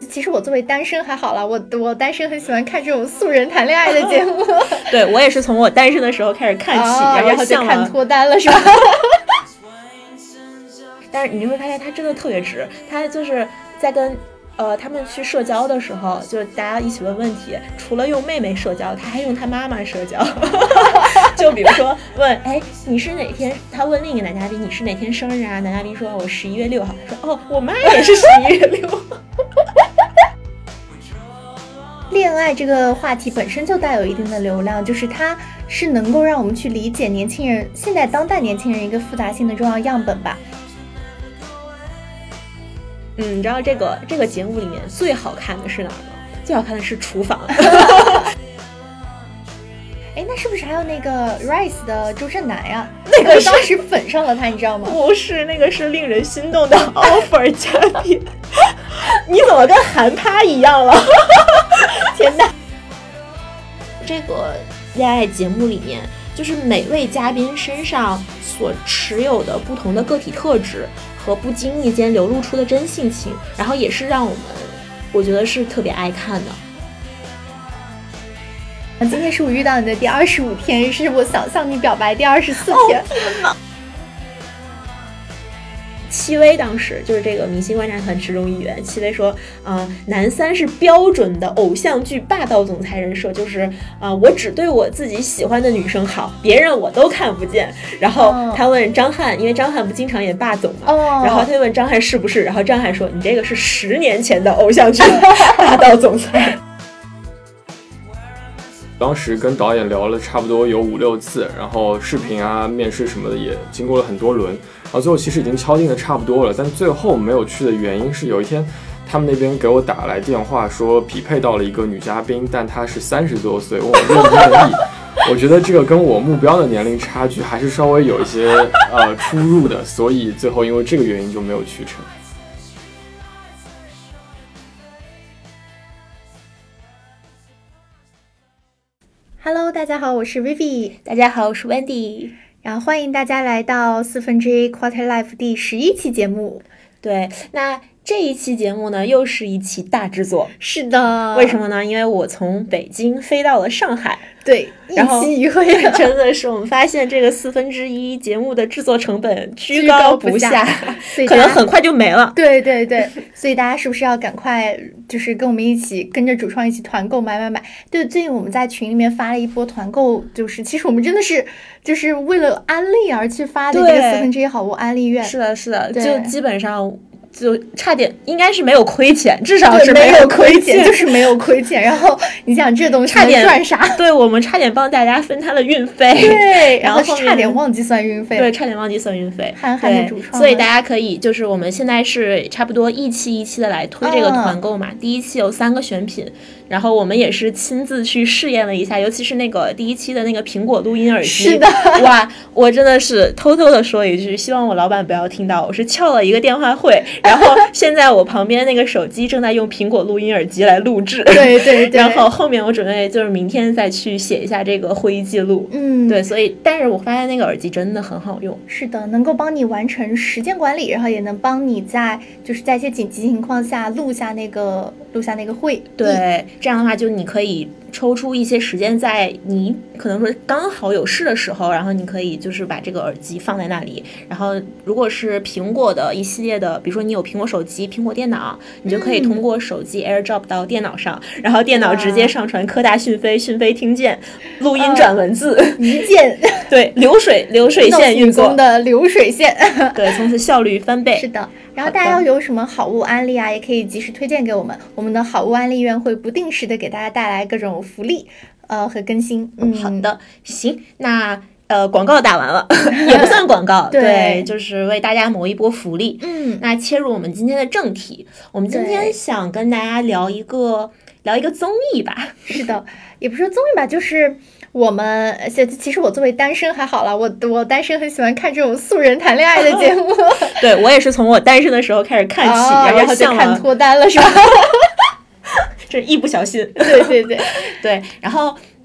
其实我作为单身还好了，我单身很喜欢看这种素人谈恋爱的节目。 对，我也是从我单身的时候开始看起， 然后就看脱单了是吧？ 但是你就会发现他真的特别直，他就是在跟他们去社交的时候，就大家一起问问题，除了用妹妹社交，他还用他妈妈社交。就比如说问，哎，你是哪天？他问另一个男嘉宾你是哪天生日啊？男嘉宾说我11月6号。说哦，我妈也是11月6号。 恋爱这个话题本身就带有一定的流量，就是它是能够让我们去理解年轻人，现在当代年轻人一个复杂性的重要样本吧。 你知道这个节目里面最好看的是哪儿吗？最好看的是厨房。 哎，那是不是还有那个 Rise 的周震南呀？那个当时粉上了他，你知道吗？ 不是，那个是令人心动的 offer 嘉宾。你怎么跟韩趴一样了？天哪！这个恋爱节目里面，就是每位嘉宾身上所持有的不同的个体特质和不经意间流露出的真性情，然后也是让我觉得是特别爱看的。 今天是我遇到你的第25天，是我想向你表白第24天。 天哪！戚薇当时就是这个明星观察团其中一员，戚薇说男三是标准的偶像剧霸道总裁人设，就是我只对我自己喜欢的女生好，别人我都看不见。然后他问张翰，因为张翰不经常演霸总嘛，然后他就问张翰是不是，然后张翰说你这个是10年前的偶像剧霸道总裁。 当时跟导演聊了差不多有5-6次，然后视频啊、面试什么的也经过了很多轮，然后最后其实已经敲定的差不多了，但最后没有去的原因是有一天他们那边给我打来电话说匹配到了一个女嘉宾，但她是30多岁，问我愿不愿意。我觉得这个跟我目标的年龄差距还是稍微有一些出入的，所以最后因为这个原因就没有去成。 Hello， 大家好，我是 Vivi。 大家好，我是 Wendy。 然后欢迎大家来到1/4 Quarter Life 第11期节目。 对，那这一期节目呢，又是一期大制作。 是的。 为什么呢？因为我从北京飞到了上海。 对，一期一会。 真的是我们发现这个1/4节目的制作成本居高不下，可能很快就没了。 对对对，所以大家是不是要赶快就是跟我们一起跟着主创一起团购买。对，最近我们在群里面发了一波团购，就是其实我们真的是就是为了安利而去发的一个1/4好物安利券。 是的，是的，就基本上就差点应该是没有亏钱，至少是没有亏钱，就是没有亏钱。然后你想这东西差点赚啥？ 对，我们差点帮大家分摊了运费， 对， 然后差点忘记算运费， 对，差点忘记算运费。 韩寒的主创， 所以大家可以就是我们现在是差不多一期的来推这个团购嘛。第一期有3个选品，然后我们也是亲自去试验了一下，尤其是那个第一期的那个苹果录音耳机。 是的， 哇，我真的是偷偷的说一句，希望我老板不要听到，我是翘了一个电话会，然后现在我旁边那个手机正在用苹果录音耳机来录制。 对对对。 然后后面我准备就是明天再去写一下这个会议记录。对，所以但是我发现那个耳机真的很好用。 是的，能够帮你完成时间管理，然后也能帮你在一些紧急情况下录下那个会。 对，这样的话就你可以抽出一些时间，在你可能说刚好有事的时候，然后你可以就是把这个耳机放在那里，然后如果是苹果的一系列的，比如说你有苹果手机、苹果电脑，你就可以通过手机 AirDrop 到电脑上，然后电脑直接上传科大讯飞听见，录音转文字， 一键对，流水线运作的流水线， 对，从此效率翻倍。 是的。然后大家要有什么好物安利啊，也可以及时推荐给我们，我们的好物安利院会不定时的给大家带来各种福利和更新。 好的，行，那广告打完了也不算广告对，就是为大家谋一波福利。那切入我们今天的正题，我们今天想跟大家聊一个综艺吧。 是的，也不是综艺吧，就是我们其实我作为单身还好了，我单身很喜欢看这种素人谈恋爱的节目。 对，我也是从我单身的时候开始看起， 然后就看脱单了是吧？ 这一不小心。 对对对对，然后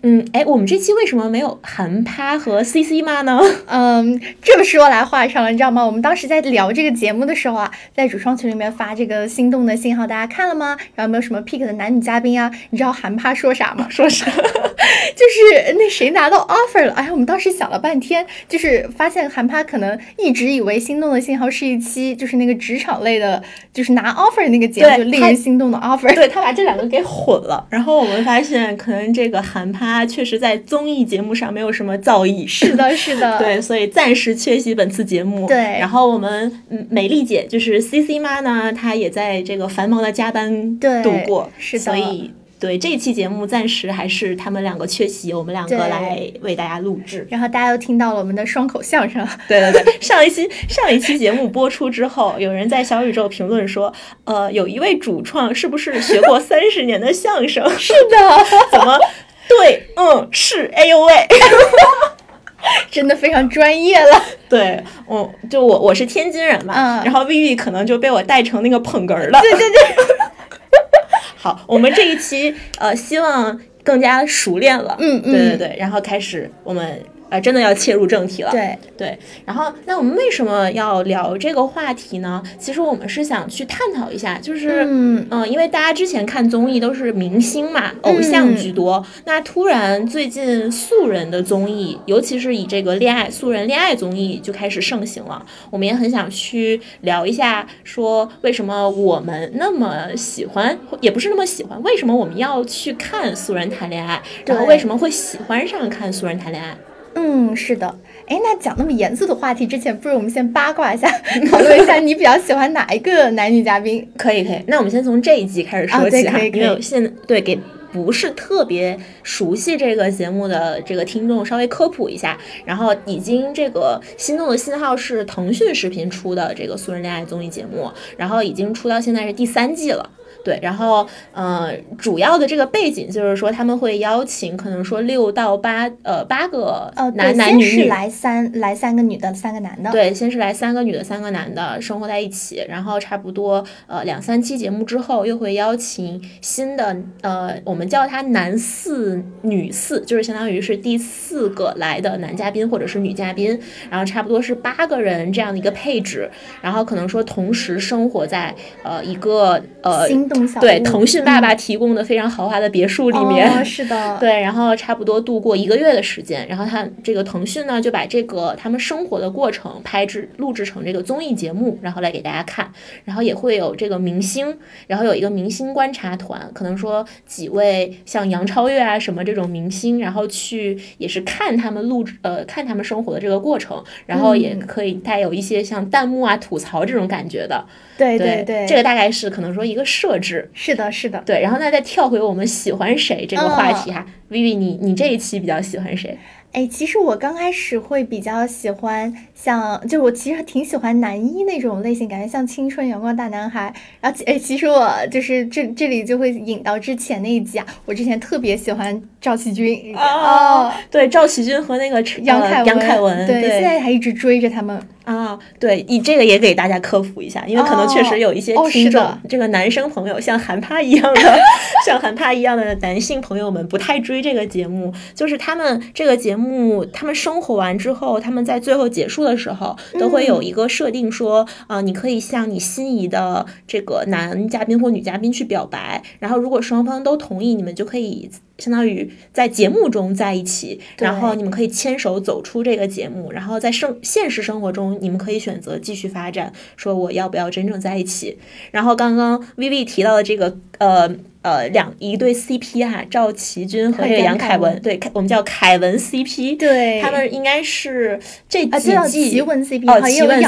我们这期为什么没有韩趴和 CC 妈呢？ 这么说来话长了，你知道吗？我们当时在聊这个节目的时候啊，在主创群里面发这个心动的信号，大家看了吗？然后有没有什么 pick 的男女嘉宾啊？你知道韩趴说啥吗？ 说啥？ 就是那谁拿到 offer 了？哎呀，我们当时想了半天，就是发现韩趴可能一直以为心动的信号是一期就是那个职场类的，就是拿 offer 那个节目，就令人心动的 offer。 对，他把这两个给混了。然后我们发现，可能这个韩趴确实在综艺节目上没有什么造诣。 是的，是的。 对，所以暂时缺席本次节目。 对。 然后我们美丽姐就是 CC 妈呢，她也在这个繁忙的加班度过。 是的。 所以对这一期节目暂时还是他们两个缺席，我们两个来为大家录制。 然后大家又听到了我们的双口相声。 对对对，上一期节目播出之后，有人在小宇宙评论说，有一位主创是不是学过30年的相声？ 是的。 怎么？对，是，哎呦喂。 真的非常专业了。 对，我是天津人嘛，然后 Vivi 可能就被我带成那个捧哏了。 对对对。 好，我们这一期希望更加熟练了。对对对，然后开始我们真的要切入正题了。对，然后那我们为什么要聊这个话题呢？其实我们是想去探讨一下，就是因为大家之前看综艺都是明星嘛，偶像居多，那突然最近素人的综艺，尤其是以这个素人恋爱综艺就开始盛行了，我们也很想去聊一下，说为什么我们那么喜欢，也不是那么喜欢，为什么我们要去看素人谈恋爱，然后为什么会喜欢上看素人谈恋爱。 是的。那讲那么严肃的话题之前，不如我们先八卦一下，讨论一下你比较喜欢哪一个男女嘉宾？ 可以。那我们先从这一季开始说起。 可以。 因为现在给不是特别熟悉这个节目的这个听众稍微科普一下，然后已经这个心动的信号是腾讯视频出的这个素人恋爱综艺节目，然后已经出到现在是第3季了。对，然后主要的这个背景就是说他们会邀请可能说6到8个男女， 先是来三个女的3个男的。 对，先是来3个女的3个男的生活在一起，然后差不多2-3期节目之后又会邀请新的我们叫他男4女4，就是相当于是第4个来的男嘉宾或者是女嘉宾，然后差不多是8个人这样的一个配置，然后可能说同时生活在一个心动小屋， 对，腾讯爸爸提供的非常豪华的别墅里面。 是的。 对，然后差不多度过1个月的时间，然后他这个腾讯呢就把这个他们生活的过程录制成这个综艺节目，然后来给大家看，然后也会有这个明星，然后有一个明星观察团，可能说几位像杨超越啊什么这种明星，然后去也是看他们看他们生活的这个过程，然后也可以带有一些像弹幕啊吐槽这种感觉的。 对， 这个大概是可能说一个设置。 是的。 对，然后再跳回我们喜欢谁这个话题哈。Vivi 你这一期比较喜欢谁？ 其实我刚开始会比较喜欢就我其实挺喜欢男一那种类型，感觉像青春阳光大男孩。然后其实我就是这里就会引到之前那一集啊，我之前特别喜欢赵启军。 对，赵启军和那个杨凯文， 对，现在还一直追着他们。 对，你这个也给大家科普一下，因为可能确实有一些听众，这个男生朋友像韩趴一样的男性朋友们不太追这个节目，就是他们这个节目他们生活完之后，他们在最后结束的时候都会有一个设定说你可以向你心仪的这个男嘉宾或女嘉宾去表白，然后如果双方都同意，你们就可以相当于在节目中在一起，然后你们可以牵手走出这个节目，然后在现实生活中你们可以选择继续发展，说我要不要真正在一起。然后刚刚 Vivi 提到的这个一对 CP 哈，赵启军和这个杨凯文，对，我们叫凯文 CP， 对， 他们应该是这几季奇闻 CP， 奇闻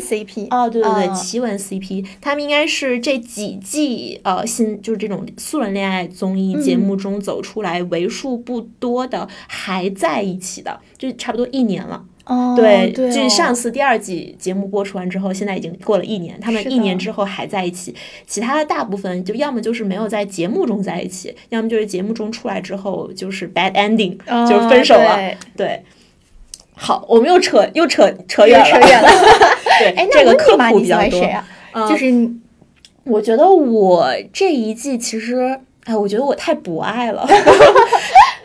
CP， 对，奇闻 CP， 他们应该是这几季就是这种素人恋爱综艺节目中走出来为数不多的还在一起的，就差不多1年了。对，就上次第2季节目播出完之后，现在已经过了1年，他们1年之后还在一起，其他的大部分就要么就是没有在节目中在一起，要么就是节目中出来之后就是 bad ending，就是分手了。对，好，我们又扯远了。对，这个科普比较多。 就是我觉得我这一季其实，我觉得我太博爱了。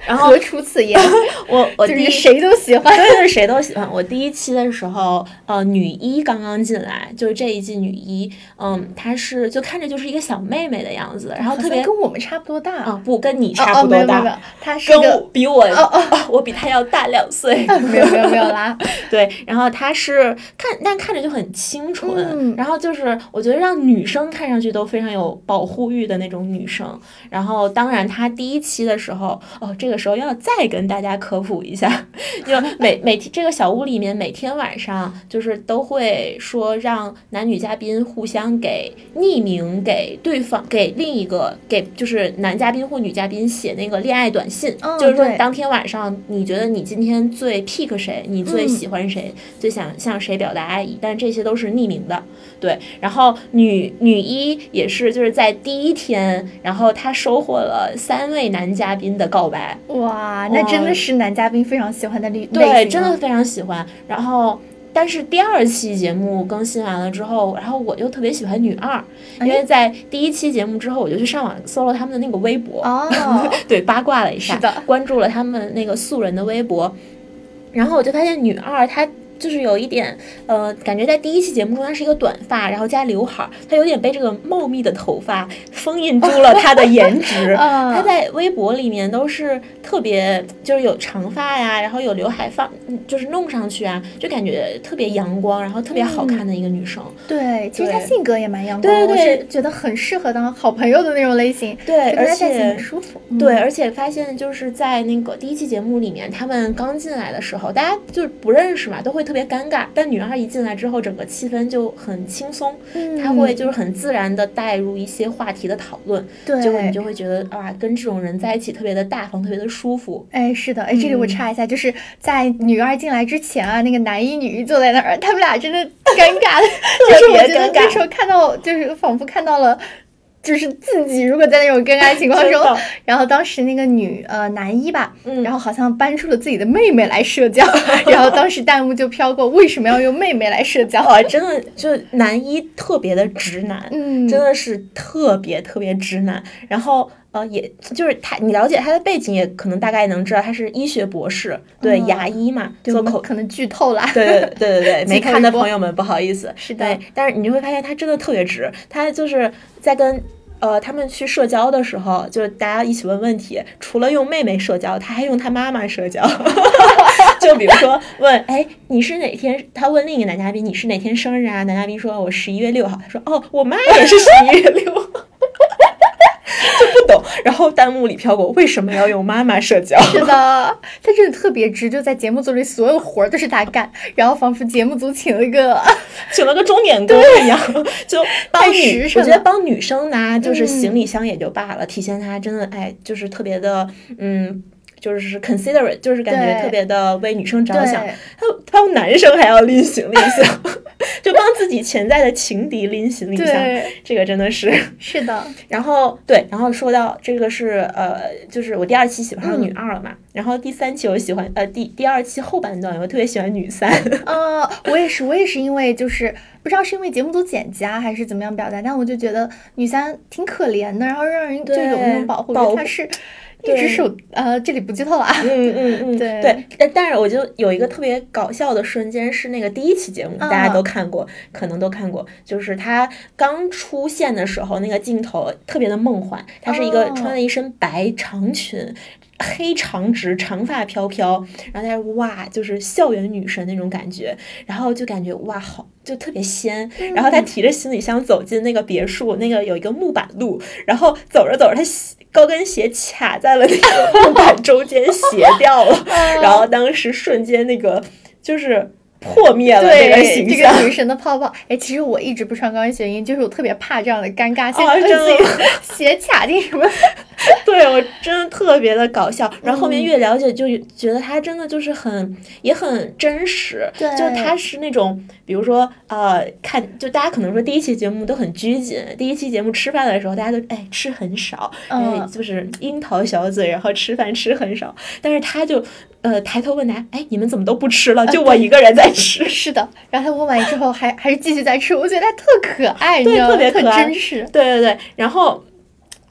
然后何出此言？ 我就是谁都喜欢， 对，谁都喜欢。我第一期的时候，女一刚刚进来，就是这一季女一，她是就看着就是一个小妹妹的样子，然后特别跟我们差不多大啊，不跟你差不多大， 没有，她是比我我比她要大2岁， 没有啦。 对，然后她是看着就很清纯，然后就是我觉得让女生看上去都非常有保护欲的那种女生。然后当然她第一期的时候，这个时候要再跟大家科普一下，就每这个小屋里面每天晚上就是都会说让男女嘉宾互相匿名给对方给另一个就是男嘉宾或女嘉宾写那个恋爱短信，就是说当天晚上你觉得你今天最 pick 谁，你最喜欢谁，最想向谁表达爱意，但这些都是匿名的。对，然后女一也是就是在第一天，然后她收获了3位男嘉宾的告白。 哇，那真的是男嘉宾非常喜欢的类型。 对，真的非常喜欢。然后但是第2期节目更新完了之后，然后我就特别喜欢女二，因为在第1期节目之后，我就去上网搜了他们的那个微博，对，八卦了一下，关注了他们那个素人的微博，然后我就发现女二她就是有一点感觉在第1期节目中她是一个短发，然后加刘海，她有点被这个茂密的头发封印住了她的颜值。她在微博里面都是特别就是有长发呀，然后有刘海就是弄上去啊，就感觉特别阳光，然后特别好看的一个女生。 对，其实她性格也蛮阳光的，我是觉得很适合当好朋友的那种类型。 对，而且很舒服。 对，而且发现就是在那个第1期节目里面，他们刚进来的时候，大家就是不认识嘛，都会特别尴尬，但女二一进来之后，整个气氛就很轻松，她会就是很自然的带入一些话题的讨论， 对， 结果你就会觉得跟这种人在一起特别的大方，特别的舒服。 是的，这里我插一下，就是在女二进来之前啊，那个男一女一坐在那儿，他们俩真的尴尬的，就是我觉得那时候看到，就是仿佛看到了。就是自己如果在那种尴尬情况中，然后当时那个男一吧，然后好像搬出了自己的妹妹来社交，然后当时弹幕就飘过为什么要用妹妹来社交真的就男一特别的直男，真的是特别特别直男，然后也就是你了解他的背景，也可能大概能知道他是医学博士，对，牙医嘛，做可能剧透了， 对，没看的朋友们不好意思， 是的， 对，但是你就会发现他真的特别直，他就是在跟他们去社交的时候，就是大家一起问问题，除了用妹妹社交，他还用他妈妈社交。就比如说问，你是哪天？他问另一个男嘉宾，你是哪天生日啊？男嘉宾说我11月6号，他说我妈也是11月6号。就不懂，然后弹幕里飘过为什么要用妈妈社交？ 是的，他真的特别直，就在节目组里所有活都是他干，然后仿佛节目组请了个钟点工一样，就帮我觉得帮女生拿就是行李箱也就罢了，体现他真的就是特别的就是 considerate， 就是感觉特别的为女生着想，他帮男生还要拎行李箱，就帮自己潜在的情敌拎行李箱，这个真的是的。 然后说到这个是就是我第2期喜欢上女二了嘛，然后第3期我喜欢第2期后半段我特别喜欢女3。 我也是因为就是不知道是因为节目组剪辑啊还是怎么样表达，但我就觉得女3挺可怜的，然后让人就有那种保护欲，她是。一直手这里不剧透了啊。 对，但是我就有一个特别搞笑的瞬间，是那个第1期节目，大家都看过，可能都看过，就是他刚出现的时候，那个镜头特别的梦幻，他是一个穿了一身白长裙。黑长直，长发飘飘，然后他就是校园女神那种感觉，然后就感觉好，就特别仙。然后他提着行李箱走进那个别墅，那个有一个木板路，然后走着走着，他高跟鞋卡在了那个木板中间，斜掉了。然后当时瞬间那个就是破灭了这个形象， 这个女神的泡泡。其实我一直不穿高跟鞋，因为就是我特别怕这样的尴尬， 真的鞋卡进什么。 对，我真的特别的搞笑，然后后面越了解就觉得他真的就是也很真实，就他是那种比如说就大家可能说第1期节目都很拘谨，第1期节目吃饭的时候大家都吃很少，就是樱桃小嘴，然后吃饭吃很少，但是他就抬头问他，你们怎么都不吃了？就我一个人在吃。 是的，然后他问完之后还是继续在吃，我觉得他特可爱， 对，特别可爱，真实。 对，然后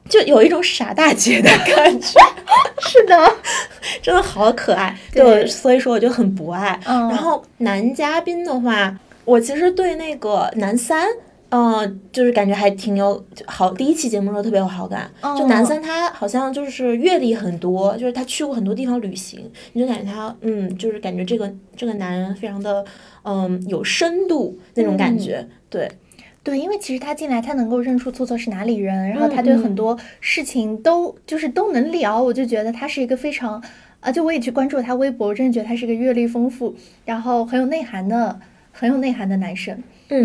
就有一种傻大姐的感觉。 是的， 真的好可爱。 对， 所以说我就很不爱。然后男嘉宾的话，我其实对那个男三。就是感觉还挺有好，第一期节目的时候特别有好感。就男三他好像就是阅历很多，就是他去过很多地方旅行，你就感觉他就是感觉这个男人非常的有深度那种感觉。 对，因为其实他进来，他能够认出错是哪里人，然后他对很多事情都能聊，我就觉得他是一个非常就我也去关注他微博，我真的觉得他是一个阅历丰富，然后很有内涵的男生。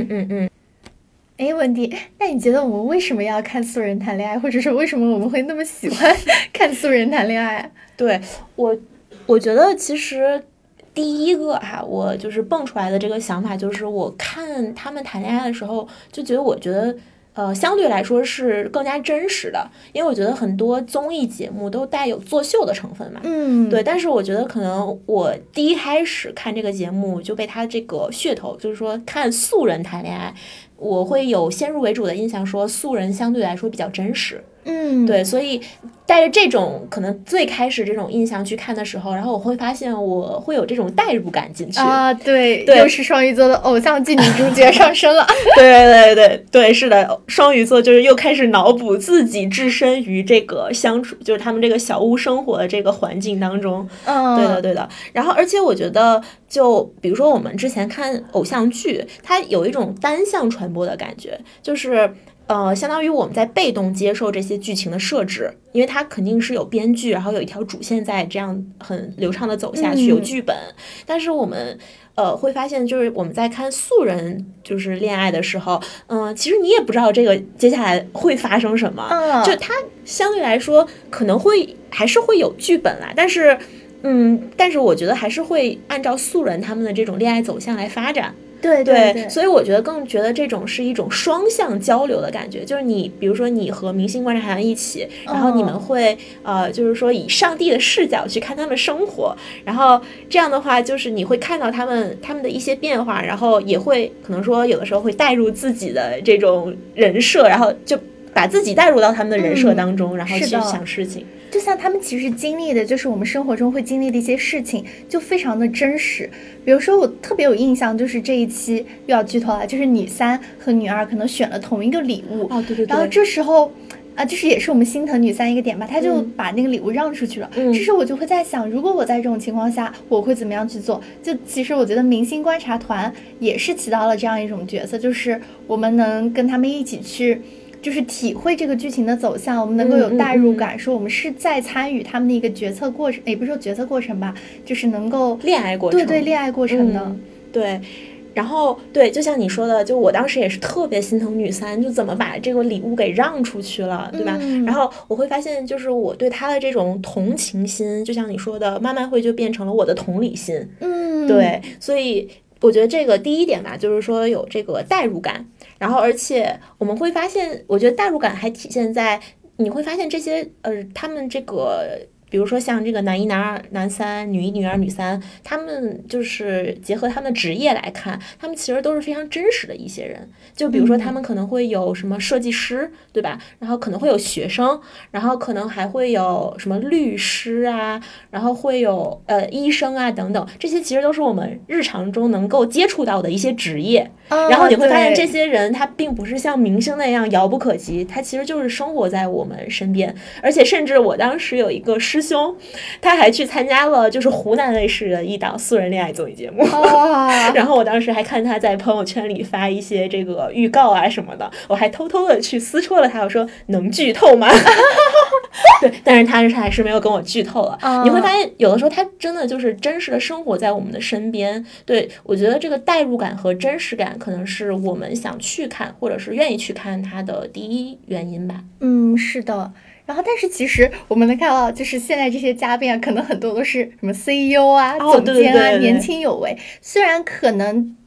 文迪，那你觉得我们为什么要看素人谈恋爱，或者说为什么我们会那么喜欢看素人谈恋爱？ 对，我觉得其实第一个我就是蹦出来的这个想法，就是我看他们谈恋爱的时候，就觉得相对来说是更加真实的，因为我觉得很多综艺节目都带有作秀的成分嘛。对，但是我觉得可能我第一开始看这个节目就被他这个噱头，就是说看素人谈恋爱，我会有先入为主的印象，说素人相对来说比较真实。对，所以带着这种可能最开始这种印象去看的时候，然后我会发现我会有这种代入感进去啊。对，又是双鱼座的偶像剧女主角上升了。 对，是的，双鱼座就是又开始脑补自己置身于这个相处，就是他们这个小屋生活的这个环境当中。对的。然后而且我觉得，就比如说我们之前看偶像剧，它有一种单向传播的感觉，就是相当于我们在被动接受这些剧情的设置，因为它肯定是有编剧，然后有一条主线在这样很流畅的走下去，有剧本。但是我们会发现，就是我们在看素人就是恋爱的时候，其实你也不知道这个接下来会发生什么，就它相对来说可能还是会有剧本啦，但是我觉得还是会按照素人他们的这种恋爱走向来发展。 对， 所以我更觉得这种是一种双向交流的感觉，就是你比如说你和明星观察团一起，然后你们会就是说以上帝的视角去看他们生活，然后这样的话就是你会看到他们的一些变化，然后也会可能说有的时候会带入自己的这种人设，然后就把自己带入到他们的人设当中，然后去想事情。 就像他们其实经历的就是我们生活中会经历的一些事情，就非常的真实。比如说我特别有印象，就是这一期又要剧透了，就是女三和女二可能选了同一个礼物。 对。 然后这时候就是也是我们心疼女三一个点吧，她就把那个礼物让出去了。这时候我就会在想，如果我在这种情况下，我会怎么样去做？就其实我觉得明星观察团也是起到了这样一种角色，就是我们能跟他们一起去就是体会这个剧情的走向，我们能够有代入感，说我们是在参与他们的一个决策过程，也不是说决策过程吧，就是能够恋爱过程， 对恋爱过程的。 对，然后对，就像你说的，就我当时也是特别心疼女三，就怎么把这个礼物给让出去了，对吧？然后我会发现，就是我对她的这种同情心，就像你说的，慢慢会就变成了我的同理心。对，所以我觉得这个第一点吧，就是说有这个代入感，然后而且我们会发现，我觉得代入感还体现在你会发现这些他们这个。比如说像这个男一、男二、男三、女一、女二、女三，他们就是结合他们的职业来看，他们其实都是非常真实的一些人。就比如说他们可能会有什么设计师，对吧？然后可能会有学生，然后可能还会有什么律师啊，然后会有医生啊等等，这些其实都是我们日常中能够接触到的一些职业。然后你会发现这些人他并不是像明星那样遥不可及，他其实就是生活在我们身边。而且甚至我当时有一个师兄，他还去参加了就是湖南卫视的一档素人恋爱综艺节目。然后我当时还看他在朋友圈里发一些这个预告啊什么的，我还偷偷的去私戳了他，我说能剧透吗？对，但是他还是没有跟我剧透了。你会发现有的时候他真的就是真实的生活在我们的身边。对，我觉得这个代入感和真实感可能是我们想去看或者是愿意去看它的第一原因吧。 是的。然后但是其实我们能看到，就是现在这些嘉宾可能很多都是什么 CEO 啊、总监啊，年轻有为。虽然可能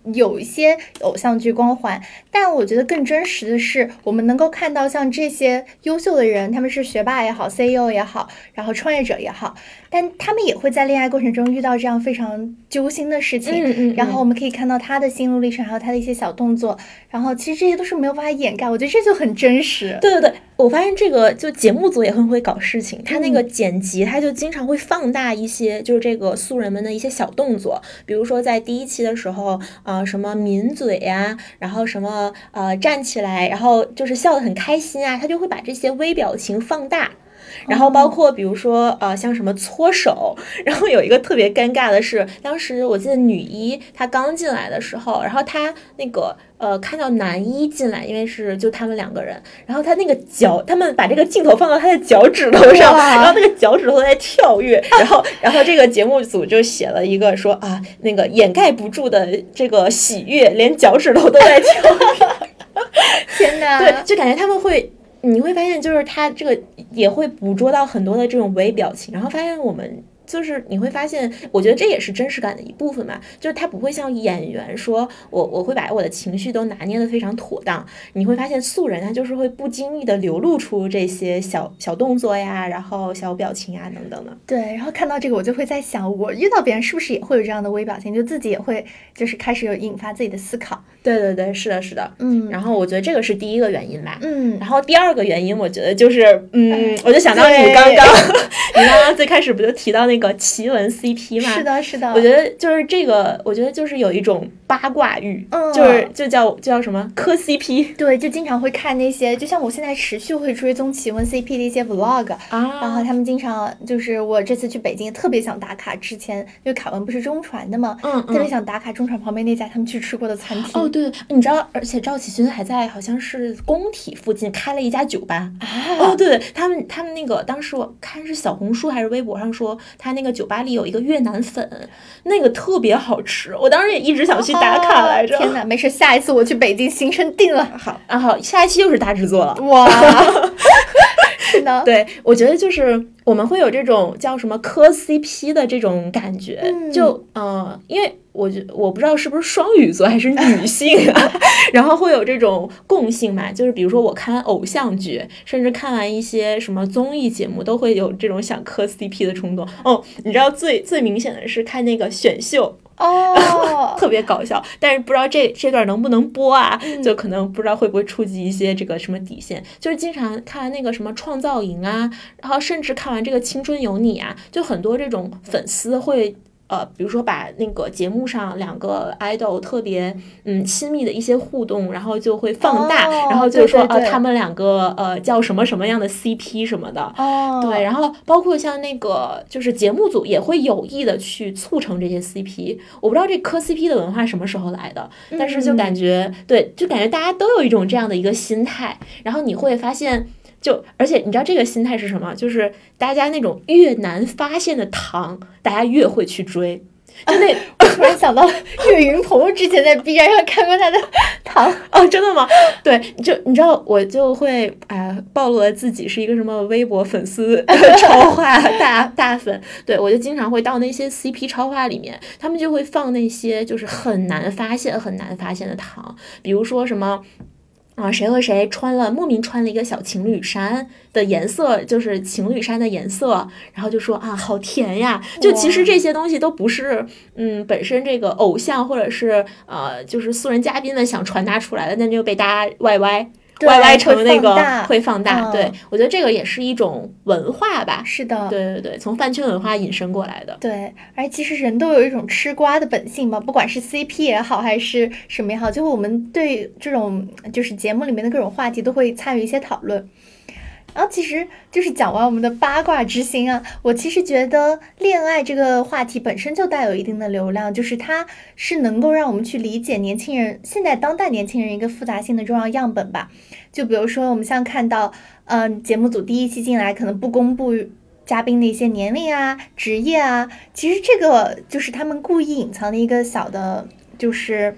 有一些偶像剧光环，但我觉得更真实的是，我们能够看到像这些优秀的人，他们是学霸也好 CEO 也好，然后创业者也好，但他们也会在恋爱过程中遇到这样非常揪心的事情，然后我们可以看到他的心路历程，还有他的一些小动作，然后其实这些都是没有办法掩盖，我觉得这就很真实。 对对对，我发现这个就节目组也很会搞事情，他那个剪辑他就经常会放大一些就是这个素人们的一些小动作，比如说在第一期的时候什么抿嘴呀，然后什么站起来，然后就是笑得很开心啊，他就会把这些微表情放大。然后包括比如说像什么搓手，然后有一个特别尴尬的是，当时我记得女一她刚进来的时候，然后她那个看到男一进来，因为是就他们2个人，然后他那个脚，他们把这个镜头放到他的脚趾头上，然后那个脚趾头在跳跃，然后这个节目组就写了一个说那个掩盖不住的这个喜悦，连脚趾头都在跳跃。 天哪！ 对，就感觉他们会。你会发现，就是他这个也会捕捉到很多的这种微表情，然后发现我们就是你会发现，我觉得这也是真实感的一部分嘛，就是他不会像演员说我会把我的情绪都拿捏得非常妥当，你会发现素人他就是会不经意的流露出这些小动作呀，然后小表情啊等等的。 对，然后看到这个我就会在想，我遇到别人是不是也会有这样的微表情，就自己也会就是开始有引发自己的思考。 对对对，是的是的，然后我觉得这个是第一个原因吧，然后第二个原因我觉得就是我就想到你刚刚最开始不就提到那个奇闻 CP 吗？ 是的是的， 我觉得就是这个，我觉得就是有一种八卦欲，就叫什么磕 CP。 对，就经常会看那些，就像我现在持续会追踪奇闻 CP 的一些 vlog 然后他们经常就是我这次去北京特别想打卡，之前因为凯文不是中传的嘛，特别想打卡中传旁边那家他们去吃过的餐厅。 对，你知道，而且赵启勋还在好像是工体附近开了一家酒吧对，他们那个当时我看是小红书还是微博上说，他那个酒吧里有一个越南粉，那个特别好吃，我当时也一直想去打卡来着。 天哪，没事，下一次我去北京行程定了。 好，下一期又是大制作了。 哇，是的， 对，我觉得就是我们会有这种叫什么磕 CP 的这种感觉，就因为我不知道是不是双鱼座还是女性然后会有这种共性嘛，就是比如说我看完偶像剧，甚至看完一些什么综艺节目，都会有这种想磕 CP 的冲动。你知道最明显的是看那个选秀。特别搞笑，但是不知道这段能不能播啊？就可能不知道会不会触及一些这个什么底线。就是经常看完那个什么创造营啊，然后甚至看完这个青春有你啊，就很多这种粉丝会比如说把那个节目上2个 idol 特别亲密的一些互动，然后就会放大，然后就说他们2个叫什么什么样的 CP 什么的对，然后包括像那个就是节目组也会有意的去促成这些 CP。我不知道这磕 CP 的文化什么时候来的，但是就感觉对，就感觉大家都有一种这样的一个心态，然后你会发现。而且你知道这个心态是什么？就是大家那种越难发现的糖，大家越会去追。就那， 我突然想到了岳云鹏之前在 B 站上看过他的糖。 真的吗？对，就你知道我就会暴露了自己是一个什么微博粉丝超话大粉。对，我就经常会到那些 CP 超话里面，他们就会放那些就是很难发现的糖，比如说什么。谁和谁莫名穿了一个小情侣衫的颜色，就是情侣衫的颜色，然后就说好甜呀。就其实这些东西都不是本身这个偶像或者是就是素人嘉宾们想传达出来的，那就被大家歪成那个会放大。对，我觉得这个也是一种文化吧。 是的， 对对对，从饭圈文化引申过来的。 对，而其实人都有一种吃瓜的本性嘛，不管是 CP 也好还是什么也好，就我们对这种就是节目里面的各种话题都会参与一些讨论。然后其实就是讲完我们的八卦之心啊，我其实觉得恋爱这个话题本身就带有一定的流量，就是它是能够让我们去理解年轻人现在当代年轻人一个复杂性的重要样本吧。就比如说我们像看到节目组第一期进来可能不公布嘉宾的一些年龄啊职业啊，其实这个就是他们故意隐藏的一个小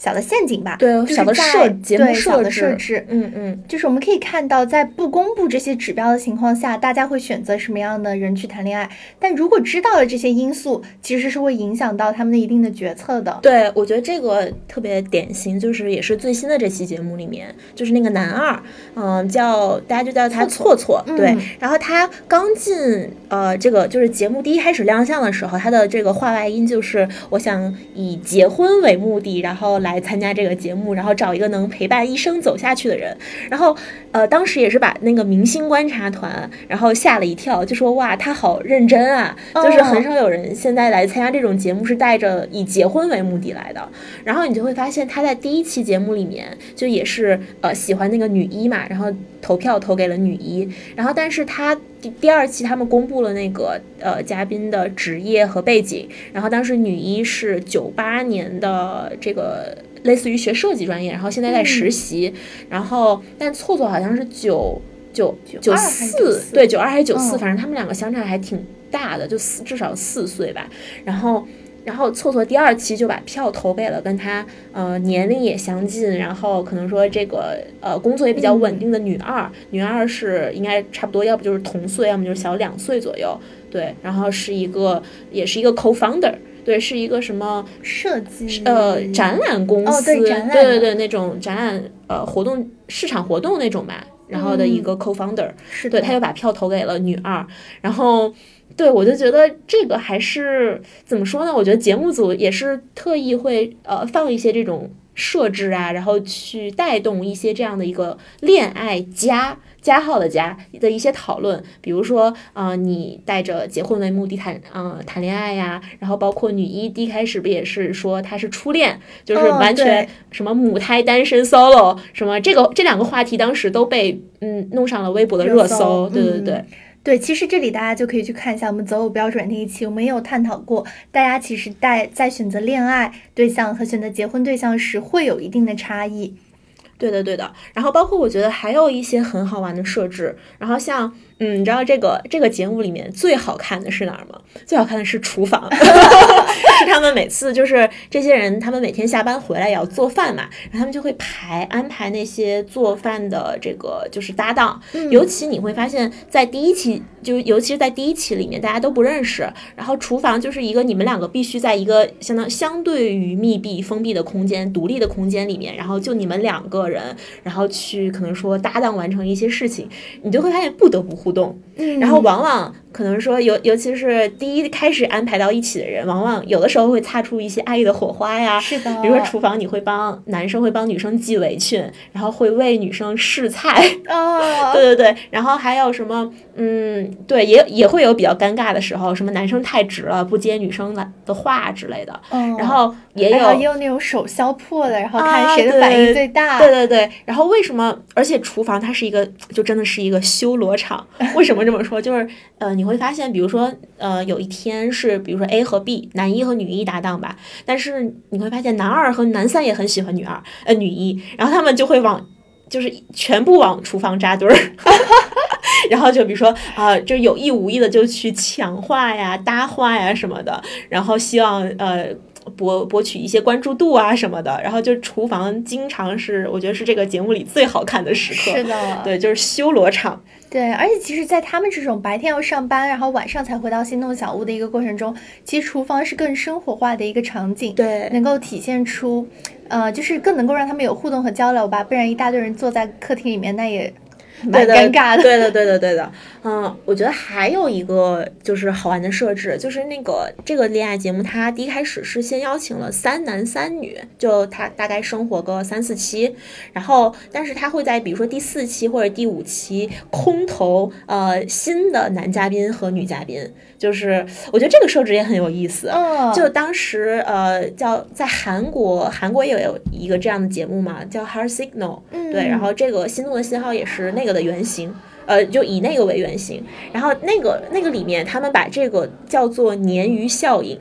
小的陷阱吧， 对， 就是小的节目小的设置，就是我们可以看到，在不公布这些指标的情况下，大家会选择什么样的人去谈恋爱。但如果知道了这些因素，其实是会影响到他们的一定的决策的。 对，我觉得这个特别典型，就是也是最新的这期节目里面，就是那个男二，大家就叫他错错，对，然后他刚进这个就是节目第一开始亮相的时候，他的这个话外音就是我想以结婚为目的，然后来参加这个节目，然后找一个能陪伴一生走下去的人。然后当时也是把那个明星观察团然后吓了一跳，就说哇他好认真啊，就是很少有人现在来参加这种节目是带着以结婚为目的来的。然后你就会发现他在第一期节目里面就也是喜欢那个女一嘛，然后投票投给了女一，然后但是他第二期他们公布了那个嘉宾的职业和背景，然后当时女一是98年的这个类似于学设计专业，然后现在在实习，然后但错错好像是94，对，92还是94，反正他们两个相差还挺大的，就至少4岁吧。然后错错第二期就把票投给了跟他年龄也相近，然后可能说这个工作也比较稳定的女二，女二是应该差不多，要不就是同岁，要么就是小2岁左右，对，然后也是一个 co-founder。对，是一个什么设计展览公司，对那种展览活动市场活动那种吧，然后的一个 co-founder，对，他就把票投给了女二，然后对我就觉得这个还是怎么说呢？我觉得节目组也是特意会放一些这种设置啊，然后去带动一些这样的一个恋爱加号的加的一些讨论，比如说你带着结婚为目的谈恋爱呀，然后包括女一第一开始不也是说她是初恋，就是完全什么母胎单身 solo 什么这两个话题当时都被弄上了微博的热搜，对。 对，其实这里大家就可以去看一下我们择偶标准那一期，我们也有探讨过，大家其实在选择恋爱对象和选择结婚对象时会有一定的差异。 对的，然后包括我觉得还有一些很好玩的设置，然后像你知道这个节目里面最好看的是哪儿吗？最好看的是厨房是他们每次就是这些人他们每天下班回来也要做饭嘛，然后他们就会安排那些做饭的这个就是搭档，尤其你会发现在第一期尤其是在第一期里面大家都不认识，然后厨房就是一个你们两个必须在一个相对于密闭封闭的空间独立的空间里面，然后就你们2个人然后去可能说搭档完成一些事情，你就会发现不得不互动，然后往往可能说尤其是第一开始安排到一起的人，往往有的时候会擦出一些爱意的火花呀。 是的， 比如说厨房你会男生会帮女生系围裙，然后会为女生试菜，对，然后还有什么对，也会有比较尴尬的时候，什么男生太直了不接女生的话之类的，然后也有那种手削破的，然后看谁的反应最大， 对，然后为什么而且厨房它是一个就真的是一个修罗场，为什么这么说？就是你会发现比如说有一天是比如说 A 和 B 男一和女一搭档吧，但是你会发现男2和男3也很喜欢女一，然后他们就会就是全部往厨房扎堆儿然后就比如说就有意无意的就去抢话呀搭话呀什么的，然后希望博取一些关注度啊什么的，然后就厨房经常是我觉得是这个节目里最好看的时刻， 是的， 对，就是修罗场。 对，而且其实在他们这种白天要上班然后晚上才回到心动小屋的一个过程中，其实厨房是更生活化的一个场景， 对， 能够体现出就是更能够让他们有互动和交流吧，不然一大堆人坐在客厅里面那也蛮尴尬的。 对的，我觉得还有一个就是好玩的设置，就是这个恋爱节目，它第一开始是先邀请了3男3女，就他大概生活个3、4期，然后但是他会在比如说第4期或者第5期空投新的男嘉宾和女嘉宾，就是我觉得这个设置也很有意思。就当时叫在韩国也有一个这样的节目嘛，叫 Heart Signal，对，然后这个心动的信号也是那个的原型。就以那个为原型，然后那个里面他们把这个叫做鲶鱼效应，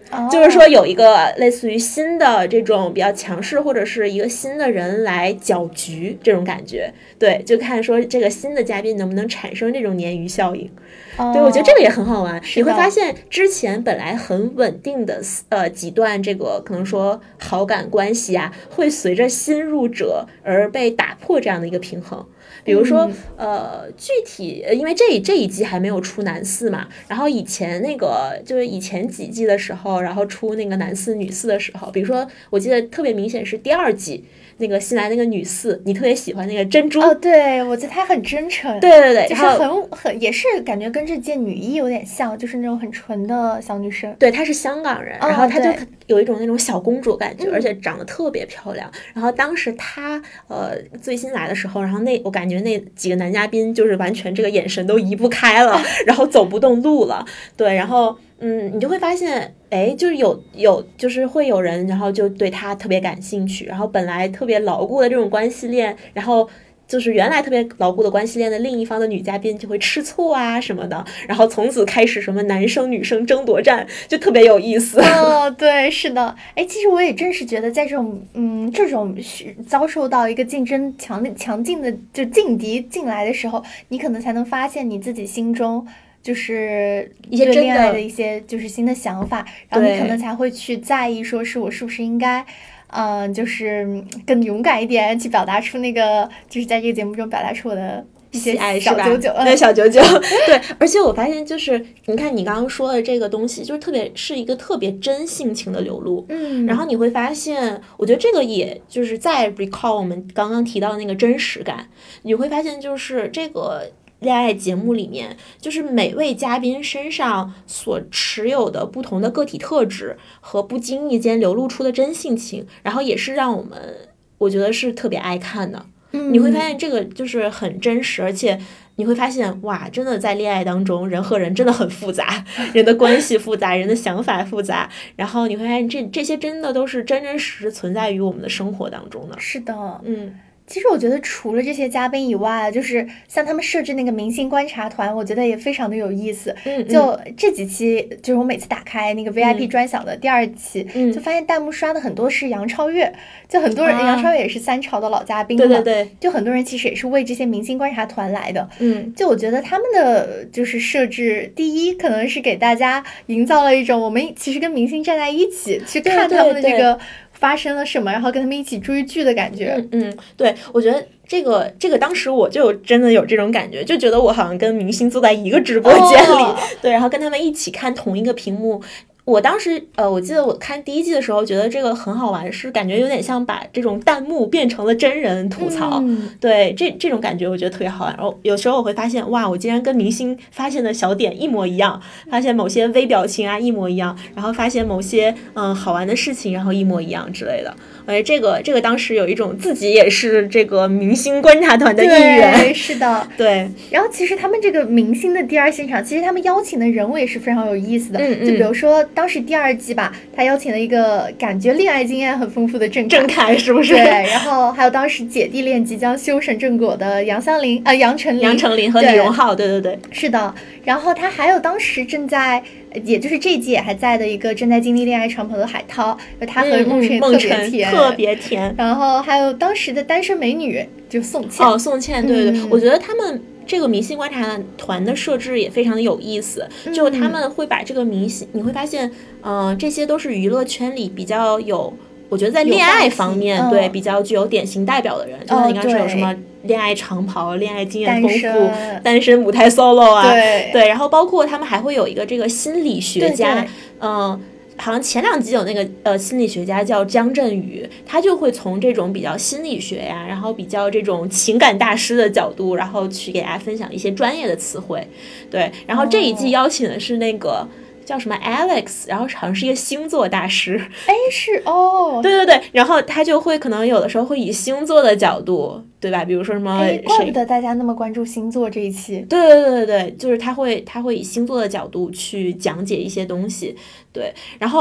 就是说有一个类似于新的这种比较强势或者是一个新的人来搅局这种感觉，对，就看说这个新的嘉宾能不能产生这种鲶鱼效应。对，我觉得这个也很好玩。你会发现之前本来很稳定的几段这个可能说好感关系啊，会随着新入者而被打破这样的一个平衡。比如说具体因为这一季还没有出男四嘛，然后以前那个就是以前几季的时候，然后出那个男四女四的时候，比如说我记得特别明显是第2季那个新来那个女四，你特别喜欢那个珍珠。 对，我觉得她很真诚。 对， 就是很也是感觉跟这届女一有点像，就是那种很纯的小女生。 对，她是香港人，然后她就有一种那种小公主感觉，而且长得特别漂亮。然后当时她最新来的时候，然后我感觉那几个男嘉宾就是完全这个眼神都移不开了，然后走不动路了。对，然后你就会发现，就是有就是会有人，然后就对他特别感兴趣，然后本来特别牢固的这种关系链，然后就是原来特别牢固的关系链的另一方的女嘉宾就会吃醋啊什么的，然后从此开始什么男生女生争夺战，就特别有意思。 对，是的。其实我也正是觉得在这种遭受到一个竞争强劲的就劲敌进来的时候，你可能才能发现你自己心中就是一些对恋爱的一些就是新的想法，然后你可能才会去在意说是我是不是应该就是更勇敢一点去表达出那个就是在这个节目中表达出我的一些小九九。 对，小九九。对，而且我发现就是你看你刚刚说的这个东西，就是是一个特别真性情的流露。然后你会发现，我觉得这个也就是在 recall 我们刚刚提到的那个真实感，你会发现就是这个恋爱节目里面，就是每位嘉宾身上所持有的不同的个体特质和不经意间流露出的真性情，然后也是让我觉得是特别爱看的。你会发现这个就是很真实，而且你会发现哇，真的在恋爱当中，人和人真的很复杂，人的关系复杂，人的想法复杂，然后你会发现这些真的都是真真实实存在于我们的生活当中的。 是的。其实我觉得除了这些嘉宾以外，就是像他们设置那个明星观察团，我觉得也非常的有意思。就这几期，就是我每次打开那个 VIP 专享的第2期，就发现弹幕刷的很多是杨超越，就很多人杨超越也是3朝的老嘉宾嘛， 对， 就很多人其实也是为这些明星观察团来的。就我觉得他们的就是设置，第一可能是给大家营造了一种我们其实跟明星站在一起去看他们的这个发生了什么，然后跟他们一起追剧的感觉。 对，我觉得这个当时我就真的有这种感觉，就觉得我好像跟明星坐在一个直播间里，对，然后跟他们一起看同一个屏幕。我当时我记得我看第1季的时候觉得这个很好玩，是感觉有点像把这种弹幕变成了真人吐槽。对，这种感觉我觉得特别好玩。然后有时候我会发现哇，我竟然跟明星发现的小点一模一样，发现某些微表情啊一模一样，然后发现某些好玩的事情然后一模一样之类的。这个当时有一种自己也是这个明星观察团的一员。 对，是的。 对， 然后其实他们这个明星的第2现场，其实他们邀请的人物也是非常有意思的。就比如说当时第2季吧，他邀请了一个感觉恋爱经验很丰富的郑恺， 是不是？ 对，然后还有当时姐弟恋即将修成正果的杨丞琳和李荣浩。对， 是的。然后他还有当时正在也就是这一季也还在的一个正在经历恋爱长跑的海涛，他和梦辰也特别甜。 然后还有当时的单身美女就宋茜。 对，我觉得他们这个明星观察团的设置也非常的有意思，就他们会把这个明星，你会发现这些都是娱乐圈里比较有，我觉得在恋爱方面对比较具有典型代表的人，就像你刚刚说有什么恋爱长跑、恋爱经验丰富、单身舞台 solo 啊，对，然后包括他们还会有一个这个心理学家，好像前2集有那个心理学家叫姜振宇，他就会从这种比较心理学呀，然后比较这种情感大师的角度，然后去给大家分享一些专业的词汇。对，然后这一季邀请的是那个叫什么 Alex， 然后好像是一个星座大师。对，然后他就会可能有的时候会以星座的角度，对吧？比如说什么怪不得大家那么关注星座这一期。 对，就是他会以星座的角度去讲解一些东西。对，然后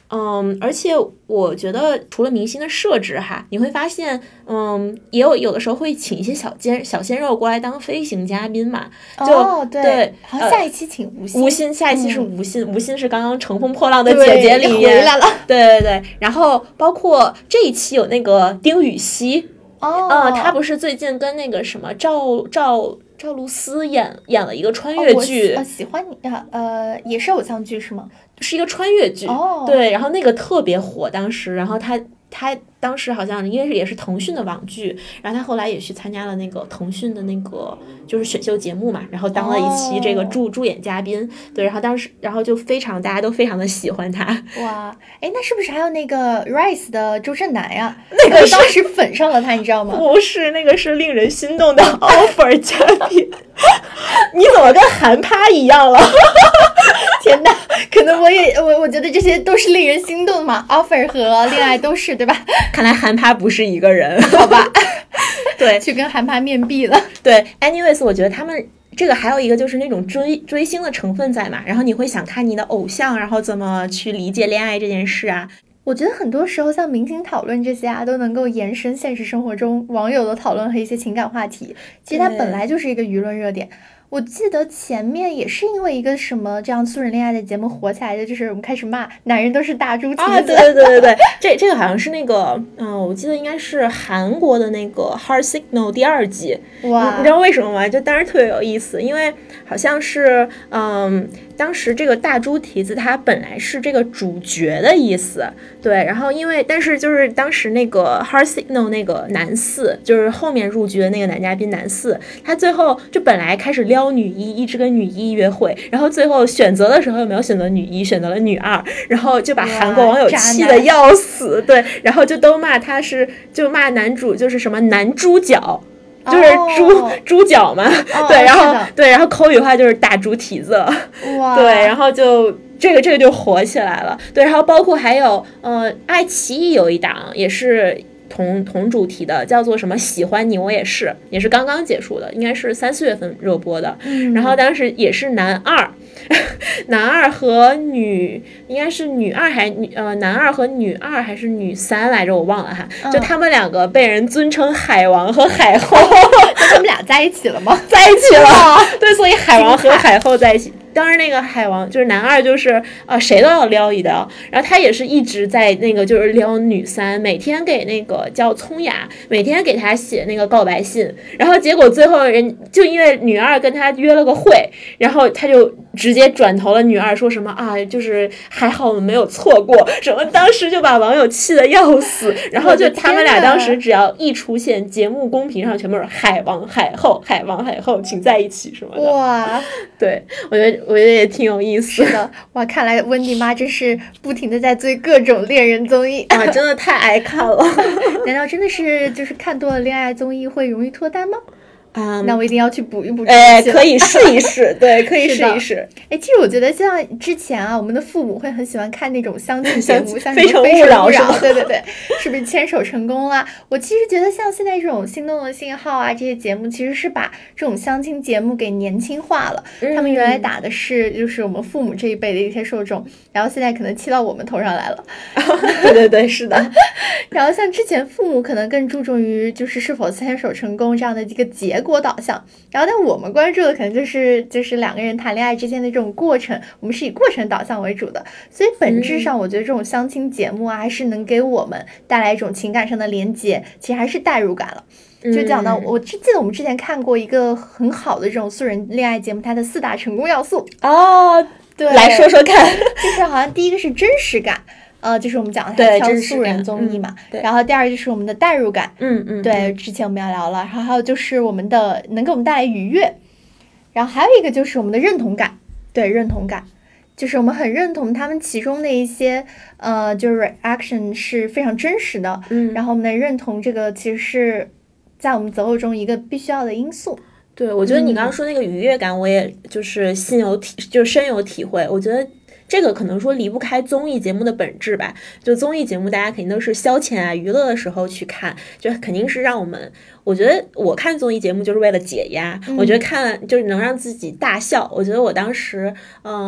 而且我觉得除了明星的设置哈，你会发现，也有的时候会请一些小鲜肉过来当飞行嘉宾嘛。对， 好像下一期请吴昕， 下一期是吴昕，吴昕是刚刚乘风破浪的姐姐里面回来了。 对，然后包括这一期有那个丁禹兮，她不是最近跟那个什么赵露思演了一个穿越剧， 我喜欢你也是偶像剧是吗？ 是一个穿越剧，对，然后那个特别火当时，然后他当时好像因为也是腾讯的网剧，然后他后来也去参加了那个腾讯的那个就是选秀节目嘛，然后当了一期这个助演嘉宾，对，然后就大家都非常的喜欢他。 哇，那是不是还有那个 Rise 的周震南呀？那个当时粉上了他，你知道吗？ 不是，那个是令人心动的 offer 嘉宾。你怎么跟韩趴一样了？ 天哪，可能我觉得这些都是令人心动的嘛 ，offer 和恋爱都是，对吧？ 看来韩趴不是一个人， 好吧？ 对， 去跟韩趴面壁了。 对 ，anyways， 我觉得他们这个还有一个就是那种追星的成分在嘛，然后你会想看你的偶像，然后怎么去理解恋爱这件事啊。 我觉得很多时候像明星讨论这些都能够延伸现实生活中网友的讨论和一些情感话题。其实它本来就是一个舆论热点。我记得前面也是因为一个什么这样素人恋爱的节目火起来的，就是我们开始骂男人都是大猪蹄子。 对，这个好像是那个我记得应该是韩国的那个 Heart Signal 第2季。 哇， 你知道为什么吗？就当时特别有意思，因为好像是当时这个大猪蹄子它本来是这个主角的意思，对，然后但是就是当时那个 Heart Signal 那个男四，就是后面入局的那个男嘉宾男四，他最后就本来开始撩女一，一直跟女一约会，然后最后选择的时候又没有选择女一，选择了女2，然后就把韩国网友气得要死，对，然后就都骂他就骂男主就是什么男猪脚。就是猪脚嘛，对，然后口语化就是大猪蹄子，对，然后就这个就火起来了，对，然后包括还有爱奇艺有一档也是同主题的，叫做什么喜欢你我也是刚刚结束的，应该是3、4月份热播的，然后当时也是男二和应该是女二男二和女2还是女3来着，我忘了哈，就他们2个被人尊称海王和海后。 他们俩在一起了吗？ 在一起了，对，所以海王和海后在一起。当时那个海王就是男2，就是谁都要撩一撩，然后他也是一直在那个就是撩女3，每天给那个叫聪雅，每天给他写那个告白信，然后结果最后就因为女2跟他约了个会，然后他就直接转投了女2，说什么就是还好我们没有错过什么，当时就把网友气得要死，然后就他们俩当时只要一出现，节目公屏上全部是海王海后，海王海后请在一起什么的。 哇， 对，我觉得也挺有意思的。哇，看来温迪妈真是不停的在追各种恋人综艺啊，真的太爱看了。 难道真的是就是看多了恋爱综艺会容易脱单吗？那我一定要去补一补。 可以试一试，对，可以试一试。 其实我觉得像之前我们的父母会很喜欢看那种相亲节目，像非诚勿扰， 对，是不是牵手成功啦？我其实觉得像现在这种心动的信号这些节目，其实是把这种相亲节目给年轻化了。他们原来打的是就是我们父母这一辈的一些受众，然后现在可能切到我们头上来了。 对，是的。 然后像之前父母可能更注重于就是是否牵手成功这样的一个结果导向，然后但我们关注的可能就是2个人谈恋爱之间的这种过程，我们是以过程导向为主的，所以本质上我觉得这种相亲节目还是能给我们带来一种情感上的连接，其实还是代入感了。就讲到我记得我们之前看过一个很好的这种素人恋爱节目，它的4大成功要素对， 来说说看。 就是好像第一个是真实感，就是我们讲的它挑素人综艺嘛，然后第2就是我们的代入感，对，之前我们要聊了，然后还有就是我们的能给我们带来愉悦，然后还有一个就是我们的认同感，对，认同感。就是我们很认同他们其中的一些就是 reaction 是非常真实的，然后我们的认同这个其实是在我们择偶中一个必须要的因素。 对，我觉得你刚刚说那个愉悦感，我也就是深有体会。我觉得这个可能说离不开综艺节目的本质吧。就综艺节目，大家肯定都是消遣娱乐的时候去看，就肯定是让我们。我觉得我看综艺节目就是为了解压，我觉得看就是能让自己大笑。我觉得我当时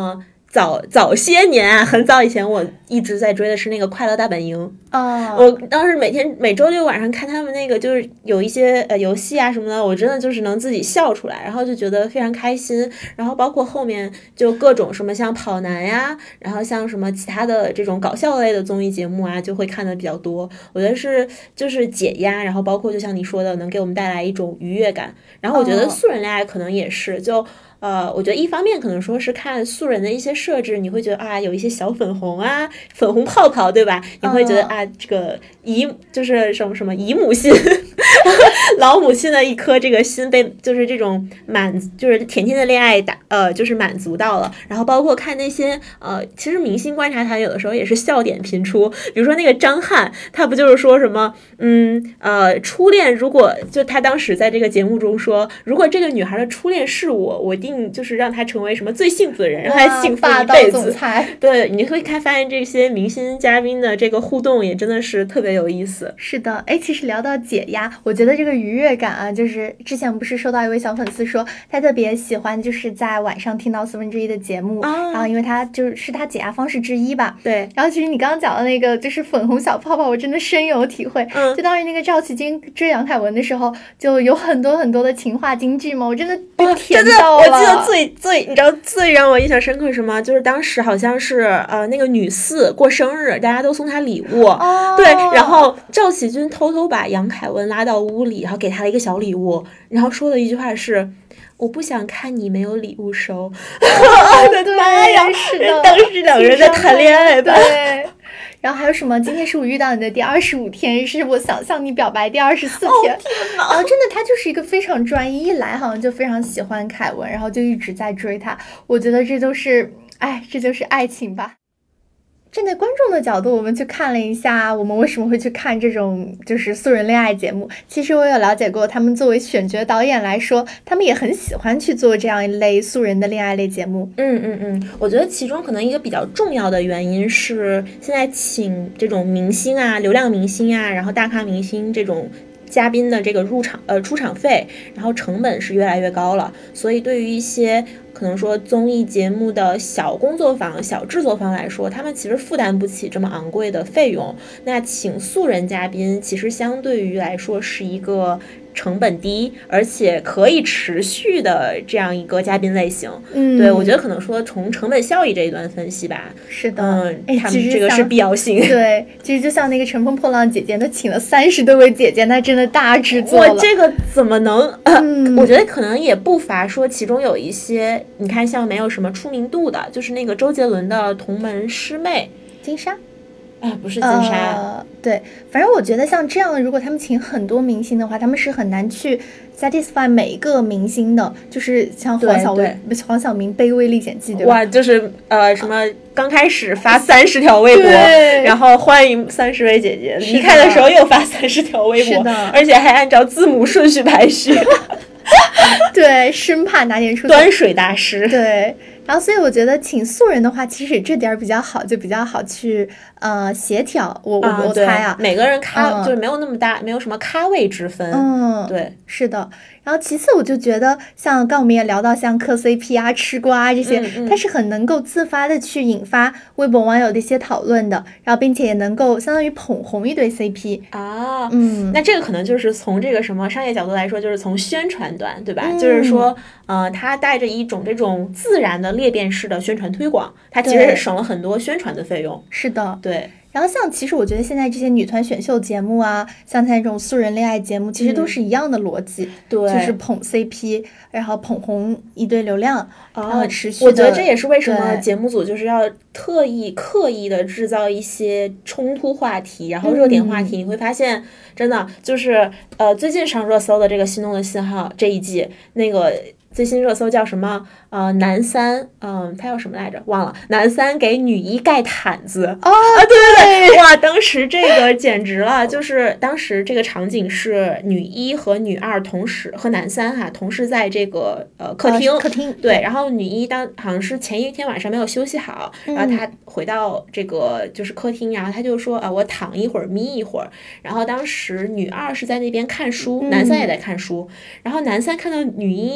早些年啊，很早以前我一直在追的是那个《快乐大本营》我当时每周六晚上看他们那个，就是有一些游戏啊什么的，我真的就是能自己笑出来，然后就觉得非常开心。然后包括后面就各种什么像跑男呀，然后像什么其他的这种搞笑类的综艺节目啊，就会看的比较多。我觉得就是解压，然后包括就像你说的，能给我们带来一种愉悦感。然后我觉得素人恋爱可能也是我觉得一方面可能说是看素人的一些设置，你会觉得啊有一些小粉红啊，粉红泡泡，对吧？你会觉得啊这个就是什么姨母心，老母亲的一颗这个心被就是这种就是甜甜的恋爱就是满足到了。然后包括看那些其实明星观察团有的时候也是笑点频出，比如说那个张翰，他不就是说什么初恋如果就他当时在这个节目中说，如果这个女孩的初恋是我一定就是让她成为什么最幸福的人，让她幸福一辈子。对，你会发现这些明星嘉宾的这个互动也真的是特别有意思。 是的，其实聊到解压，我觉得这个愉悦感啊，就是之前不是收到一位小粉丝说，他特别喜欢就是在晚上听到1/4的节目，然后因为他就是他解压方式之一吧。 对， 然后其实你刚刚讲的那个就是粉红小泡泡，我真的深有体会。就当时那个赵启军追杨凯文的时候，就有很多很多的情话金句嘛，我真的被甜到了。 我记得你知道最让我印象深刻是什么？就是当时好像是那个女4过生日，大家都送她礼物。对，然后赵启军偷偷把杨凯文拉到屋里，然后给她了一个小礼物，然后说的一句话是，我不想看你没有礼物收。我的妈呀， 是的， 当时两个人在谈恋爱吧。 对。然后还有什么？今天是我遇到你的第25天，是我想向你表白第24天。然后真的，他就是一个非常专一，一来好像就非常喜欢凯文，然后就一直在追他。我觉得这就是爱情吧。站在观众的角度，我们去看了一下，我们为什么会去看这种就是素人恋爱节目。其实我有了解过，他们作为选角导演来说，他们也很喜欢去做这样一类素人的恋爱类节目。 我觉得其中可能一个比较重要的原因是，现在请这种明星啊、流量明星啊，然后大咖明星这种嘉宾的这个出场费，然后成本是越来越高了，所以对于一些可能说综艺节目的小工作坊、小制作方来说，他们其实负担不起这么昂贵的费用。那请素人嘉宾，其实相对于来说是一个成本低而且可以持续的这样一个嘉宾类型。对，我觉得可能说从成本效益这一端分析吧， 是的， 他们这个是必要性。 对，其实就像那个乘风破浪姐姐，她请了30多位姐姐，那真的大制作了。 我这个怎么能我觉得可能也不乏说其中有一些，你看像没有什么出名度的，就是那个周杰伦的同门师妹金莎。 不是金莎， 对，反正我觉得像这样的，如果他们请很多明星的话，他们是很难去 satisfy 每一个明星的，就是像黄晓明卑微历险记，对吧？ 哇，就是什么刚开始发30条微博，然后欢迎30位姐姐，离开的时候又发30条微博，而且还按照字母顺序排序。 对，生怕哪点出端水大师。 对。然后所以我觉得请素人的话，其实这点比较好，就比较好去协调。我猜啊， 每个人就是没有那么大，没有什么咖位之分。对， 是的。然后其次，我就觉得像刚我们也聊到像磕 CP 啊、吃瓜啊这些，它是很能够自发的去引发微博网友的一些讨论的，然后并且也能够相当于捧红一对 CP 啊。那这个可能就是从这个什么商业角度来说，就是从宣传端，对吧？就是说，它带着一种这种自然的裂变式的宣传推广，它其实省了很多宣传的费用。 是的， 对。 然后其实我觉得现在这些女团选秀节目啊，像这种素人恋爱节目，其实都是一样的逻辑， 对， 就是捧 CP， 然后捧红一堆流量，然后持续的。 我觉得这也是为什么节目组就是要刻意的制造一些冲突话题，然后热点话题。你会发现，真的就是最近上热搜的这个《心动的信号》这一季那个。最新热搜叫什么？男三，他叫什么来着？忘了。男三给女一盖毯子。对，哇，当时这个简直了，就是当时这个场景是女一和女二同时和男三同时在这个客厅。对，然后女一好像是前一天晚上没有休息好，然后她回到这个就是客厅，然后她就说我躺一会儿眯一会儿。然后当时女二是在那边看书，男三也在看书，然后男三看到女一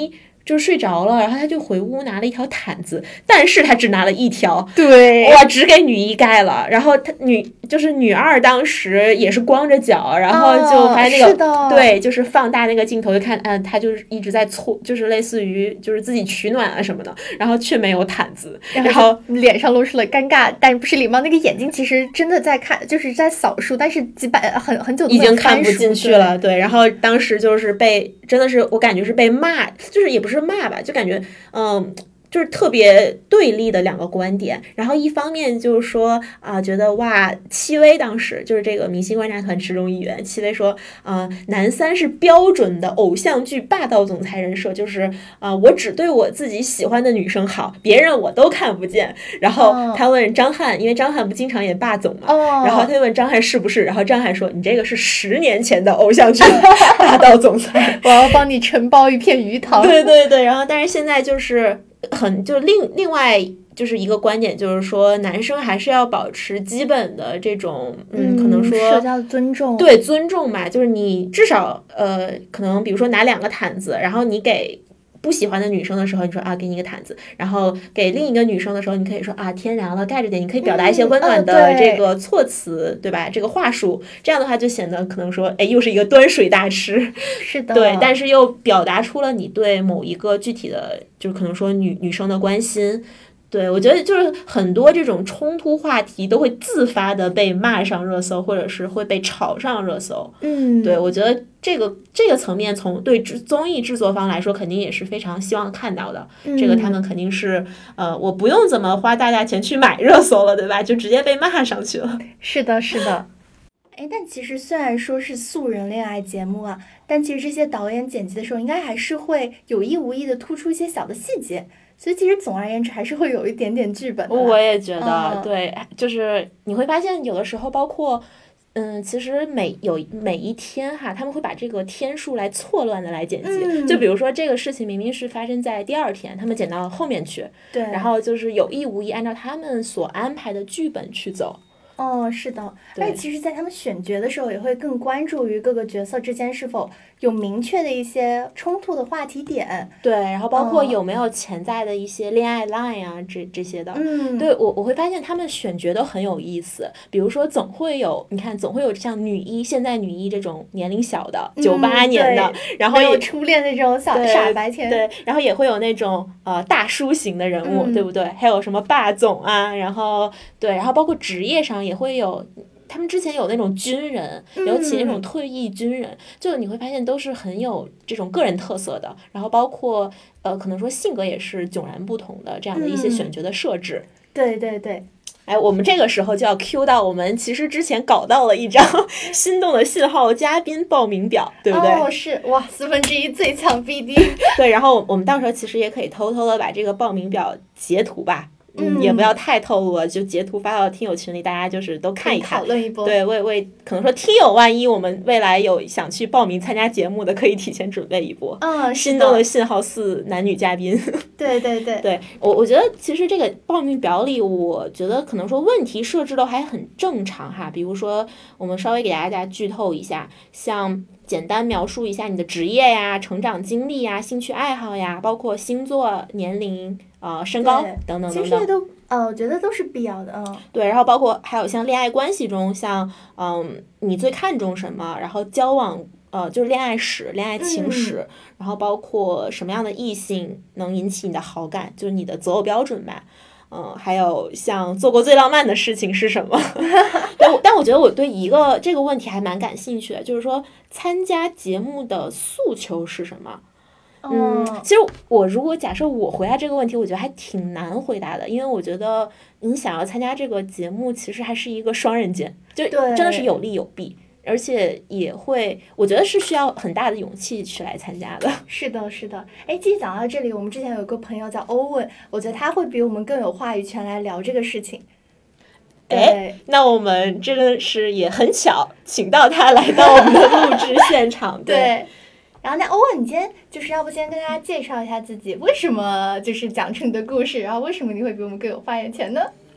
就睡着了，然后他就回屋拿了一条毯子，但是他只拿了一条， 对， 哇，只给女一盖了。然后他女二当时也是光着脚，然后就发现那个、对，就是放大那个镜头就看，他就是一直在搓，就是类似于就是自己取暖啊什么的，然后却没有毯子，然后脸上露出了尴尬但不是礼貌，那个眼睛其实真的在看，就是在扫书，但是很久都已经看不进去了，对。然后当时就是真的是我感觉是被骂，就是也不是骂吧，就感觉就是特别对立的两个观点。然后一方面就是说觉得哇，戚薇当时就是这个明星观察团其中一员，戚薇说男三是标准的偶像剧霸道总裁人设，就是我只对我自己喜欢的女生好，别人我都看不见。然后他问张翰，因为张翰不经常演霸总嘛，然后他就问张翰是不是，然后张翰说你这个是10年前的偶像剧霸道总裁， 我要帮你承包一片鱼塘。 对对对，然后但是现在就是就另外就是一个观点，就是说男生还是要保持基本的这种可能说社交尊重， 对，尊重嘛，就是你至少可能比如说拿2个毯子，然后你给不喜欢的女生的时候，你说给你一个毯子，然后给另一个女生的时候，你可以说天凉了，盖着点，你可以表达一些温暖的这个措辞，对吧？这个话术，这样的话就显得可能说，又是一个端水大师， 是的， 对，但是又表达出了你对某一个具体的，就是可能说女生的关心。对，我觉得就是很多这种冲突话题都会自发的被骂上热搜，或者是会被炒上热搜。对，我觉得这个层面从对综艺制作方来说，肯定也是非常希望看到的。这个他们肯定是我不用怎么花大价钱去买热搜了，对吧？就直接被骂上去了。 是的，是的。但其实虽然说是素人恋爱节目啊，但其实这些导演剪辑的时候，应该还是会有意无意的突出一些小的细节。所以其实总而言之还是会有一点点剧本的。 我也觉得，对，就是你会发现有的时候包括其实每一天哈，他们会把这个天数来错乱的来剪辑，就比如说这个事情明明是发生在第2天，他们剪到后面去， 对， 然后就是有意无意按照他们所安排的剧本去走。 是的，其实在他们选角的时候也会更关注于各个角色之间是否有明确的一些冲突的话题点， 对，然后包括有没有潜在的一些恋爱 line 啊，这些的，对，我会发现他们选角都很有意思，比如说总会有像现在女一这种年龄小的98年的，然后有初恋那种小傻白甜， 对，然后也会有那种大叔型的人物，对不对？还有什么霸总啊，然后包括职业上也会有。他们之前有那种军人，尤其那种退役军人，就你会发现都是很有这种个人特色的，然后包括可能说性格也是迥然不同的这样的一些选角的设置。 对对对。 我们这个时候就要 Q 到我们其实之前搞到了一张心动的信号嘉宾报名表，对不对？ 是哇，1/4最强 BD。 对，然后我们到时候其实也可以偷偷的把这个报名表截图吧。也不要太透露了，就截图发到听友群里，大家就是都看一看， 讨论一波。 对，为可能说听友万一我们未来有想去报名参加节目的，可以提前准备一波。心动的信号4男女嘉宾。 对对对。 对，我觉得其实这个报名表里，我觉得可能说问题设置的还很正常哈，比如说我们稍微给大家剧透一下，像简单描述一下你的职业呀、成长经历呀、兴趣爱好呀，包括星座、年龄。身高等等等等， 其实这些都我觉得都是必要的。 对，然后包括还有像恋爱关系中，像你最看重什么，然后交往就是恋爱史、恋爱情史，然后包括什么样的异性能引起你的好感，就是你的择偶标准吧。还有像做过最浪漫的事情是什么？但我觉得我对这个问题还蛮感兴趣的，就是说参加节目的诉求是什么？其实我如果假设我回答这个问题，我觉得还挺难回答的，因为我觉得你想要参加这个节目，其实还是一个双刃剑，就真的是有利有弊，而且也会，我觉得是需要很大的勇气去来参加的。 是的，是的。其实讲到这里，我们之前有个朋友叫欧文，我觉得他会比我们更有话语权来聊这个事情。 那我们这个是也很巧，请到他来到我们的录制现场。 对。然后那欧文，你今天就是要不先跟大家介绍一下自己，为什么就是讲出你的故事，然后为什么你会比我们更有发言权呢？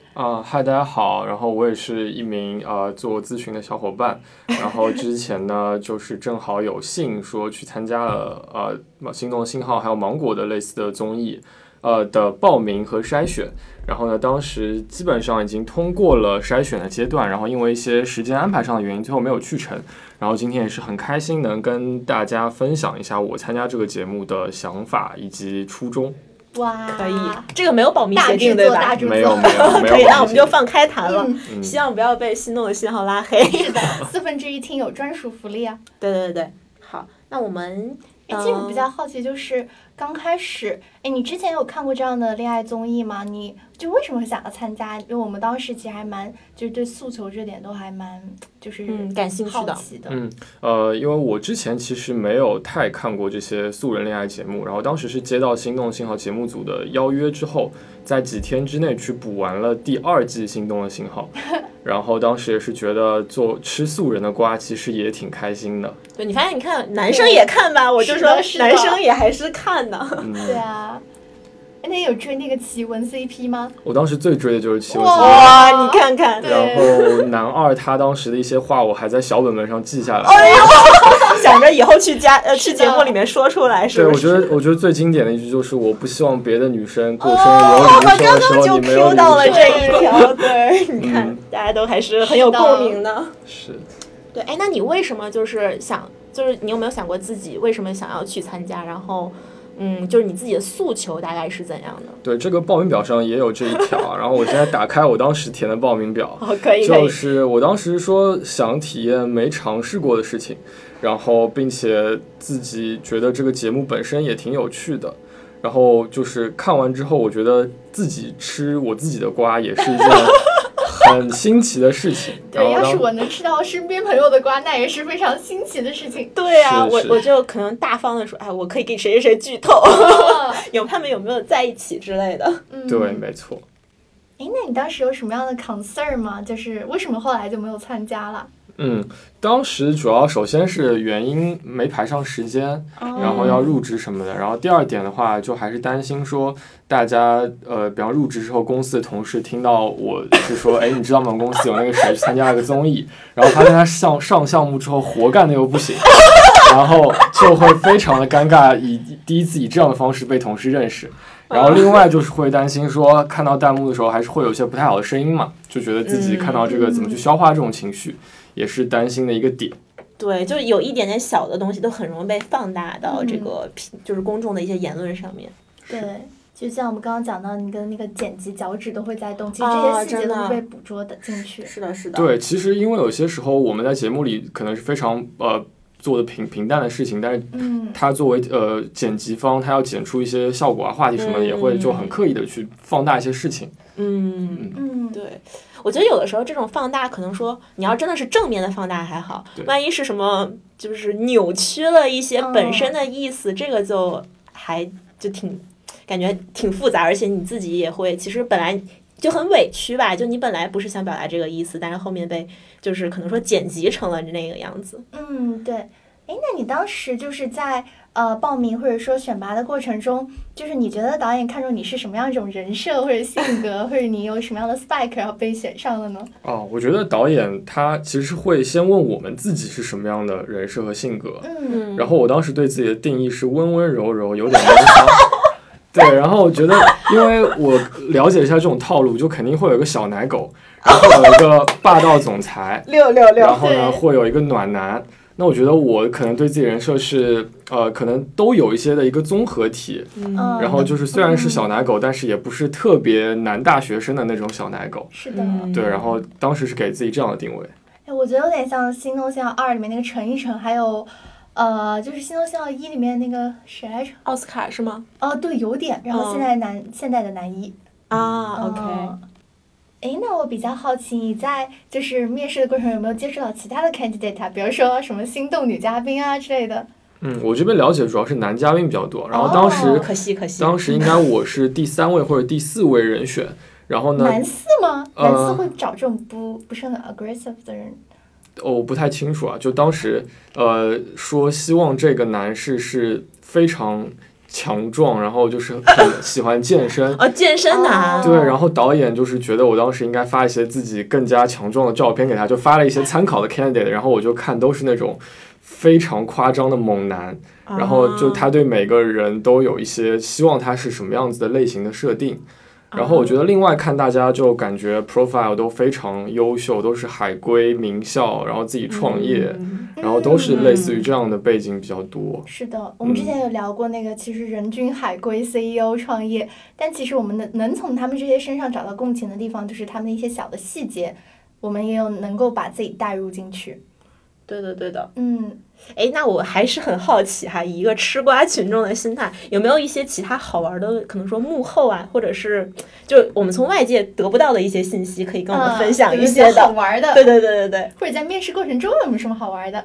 嗨，大家好。然后我也是一名做咨询的小伙伴。然后之前呢，就是正好有幸说去参加了心动的信号还有芒果的类似的综艺的报名和筛选。然后呢，当时基本上已经通过了筛选的阶段，然后因为一些时间安排上的原因，最后没有去成。然后今天也是很开心能跟大家分享一下我参加这个节目的想法以及初衷。 哇， 可以，这个没有保密协定对吧？ 没有可以，那我们就放开谈了。 嗯， 希望不要被心动的信号拉黑。 是的，1/4听友专属福利啊！ 对，好，那我们其实我比较好奇，就是刚开始，你之前有看过这样的恋爱综艺吗？你就为什么会想要参加？因为我们当时其实还蛮，就是对诉求这点都还蛮，就是感兴趣的。 好奇的。 因为我之前其实没有太看过这些素人恋爱节目，然后当时是接到心动信号节目组的邀约之后，在几天之内去补完了第2季心动的信号，然后当时也是觉得吃素人的瓜其实也挺开心的。 对，你发现你看男生也看吧，我就说男生也还是看的。 对啊。那有追那个奇闻 CP 吗？ 我当时最追的就是奇闻 CP。 哇，你看看。 然后男二他当时的一些话，我还在小本本上记下来。 哎呦，想着以后去节目里面说出来，是不是？ 对，我觉得最经典的一句就是我不希望别的女生过生日有礼物收的时候你没有礼物收。 刚刚就 Q 到了这一条，对，你看大家都还是很有共鸣的。 是。 对，那你为什么就是你有没有想过自己为什么想要去参加？然后。就是你自己的诉求大概是怎样的？ 对，这个报名表上也有这一条。然后我现在打开我当时填的报名表， 可以， 就是我当时说想体验没尝试过的事情，然后并且自己觉得这个节目本身也挺有趣的。然后就是看完之后，我觉得自己吃我自己的瓜也是一件很新奇的事情。 对，要是我能吃到身边朋友的瓜，那也是非常新奇的事情。 对啊，我就可能大方的说，我可以给谁剧透，他们有没有在一起之类的。 对，没错。 那你当时有什么样的 concern 吗？就是为什么后来就没有参加了？ 当时首先是原因没排上时间，然后要入职什么的。然后第二点的话，就还是担心说大家比方入职之后，公司的同事听到我是说，你知道吗？公司有那个谁去参加了个综艺，然后发现他上项目之后活干的又不行，然后就会非常的尴尬，第一次以这样的方式被同事认识。然后另外就是会担心说，看到弹幕的时候还是会有一些不太好的声音嘛，就觉得自己看到这个怎么去消化这种情绪，也是担心的一个点。 对，就有一点点小的东西都很容易被放大到这个就是公众的一些言论上面。 对，就像我们刚刚讲到，你跟那个剪辑脚趾都会在动，其实这些细节都会被捕捉的进去。 是的。 对，其实因为有些时候我们在节目里可能是非常做的平淡的事情，但是他作为剪辑方，他要剪出一些效果啊、话题什么的，也会就很刻意的去放大一些事情。 对，我觉得有的时候这种放大，可能说你要真的是正面的放大还好，万一是什么就是扭曲了一些本身的意思，这个就感觉挺复杂，而且你自己也会其实本来就很委屈吧，就你本来不是想表达这个意思，但是后面被就是可能说剪辑成了那个样子。 对。那你当时就是在报名或者说选拔的过程中，就是你觉得导演看中你是什么样一种人设或者性格，或者你有什么样的 spec 然后被选上了呢？ 我觉得导演他其实会先问我们自己是什么样的人设和性格，然后我当时对自己的定义是温温柔柔，有点忧伤。对，然后我觉得，因为我了解一下这种套路，就肯定会有一个小奶狗，然后有一个霸道总裁 666， 然后呢会有一个暖男。那我觉得我可能对自己人设是可能都有一些的一个综合体，然后就是虽然是小奶狗，但是也不是特别男大学生的那种小奶狗。 是的， 对，然后当时是给自己这样的定位。 我觉得有点像《心动信号2》里面那个陈奕迅，还有就是《心动信号1》里面那个谁来着？ 奥斯卡是吗？ 对，有点。然后现在的男一 OK。 那我比较好奇，你在就是面试的过程有没有接触到其他的 candidate 啊？比如说什么心动女嘉宾啊之类的？ 我这边了解主要是男嘉宾比较多，然后当时可惜， 当时应该我是第3位或者第4位人选，然后呢？ 男4吗？男4会找这种不是很 aggressive 的人？ 我不太清楚啊，就当时说希望这个男士是非常强壮，然后就是很喜欢健身健身男。 对，然后导演就是觉得我当时应该发一些自己更加强壮的照片给他，就发了一些参考的 candidate， 然后我就看都是那种非常夸张的猛男，然后就他对每个人都有一些希望他是什么样子的类型的设定。然后我觉得另外看大家就感觉 profile 都非常优秀，都是海归名校，然后自己创业，然后都是类似于这样的背景比较多。 是的，我们之前有聊过那个，其实人均海归 CEO 创业，但其实我们能从他们这些身上找到共情的地方，就是他们的一些小的细节，我们也有能够把自己带入进去。 对的，对的。那我还是很好奇哈，以一个吃瓜群众的心态，有没有一些其他好玩的，可能说幕后啊，或者是就我们从外界得不到的一些信息，可以跟我们分享一些的好玩的。 对对对对对。 或者在面试过程中有没有什么好玩的？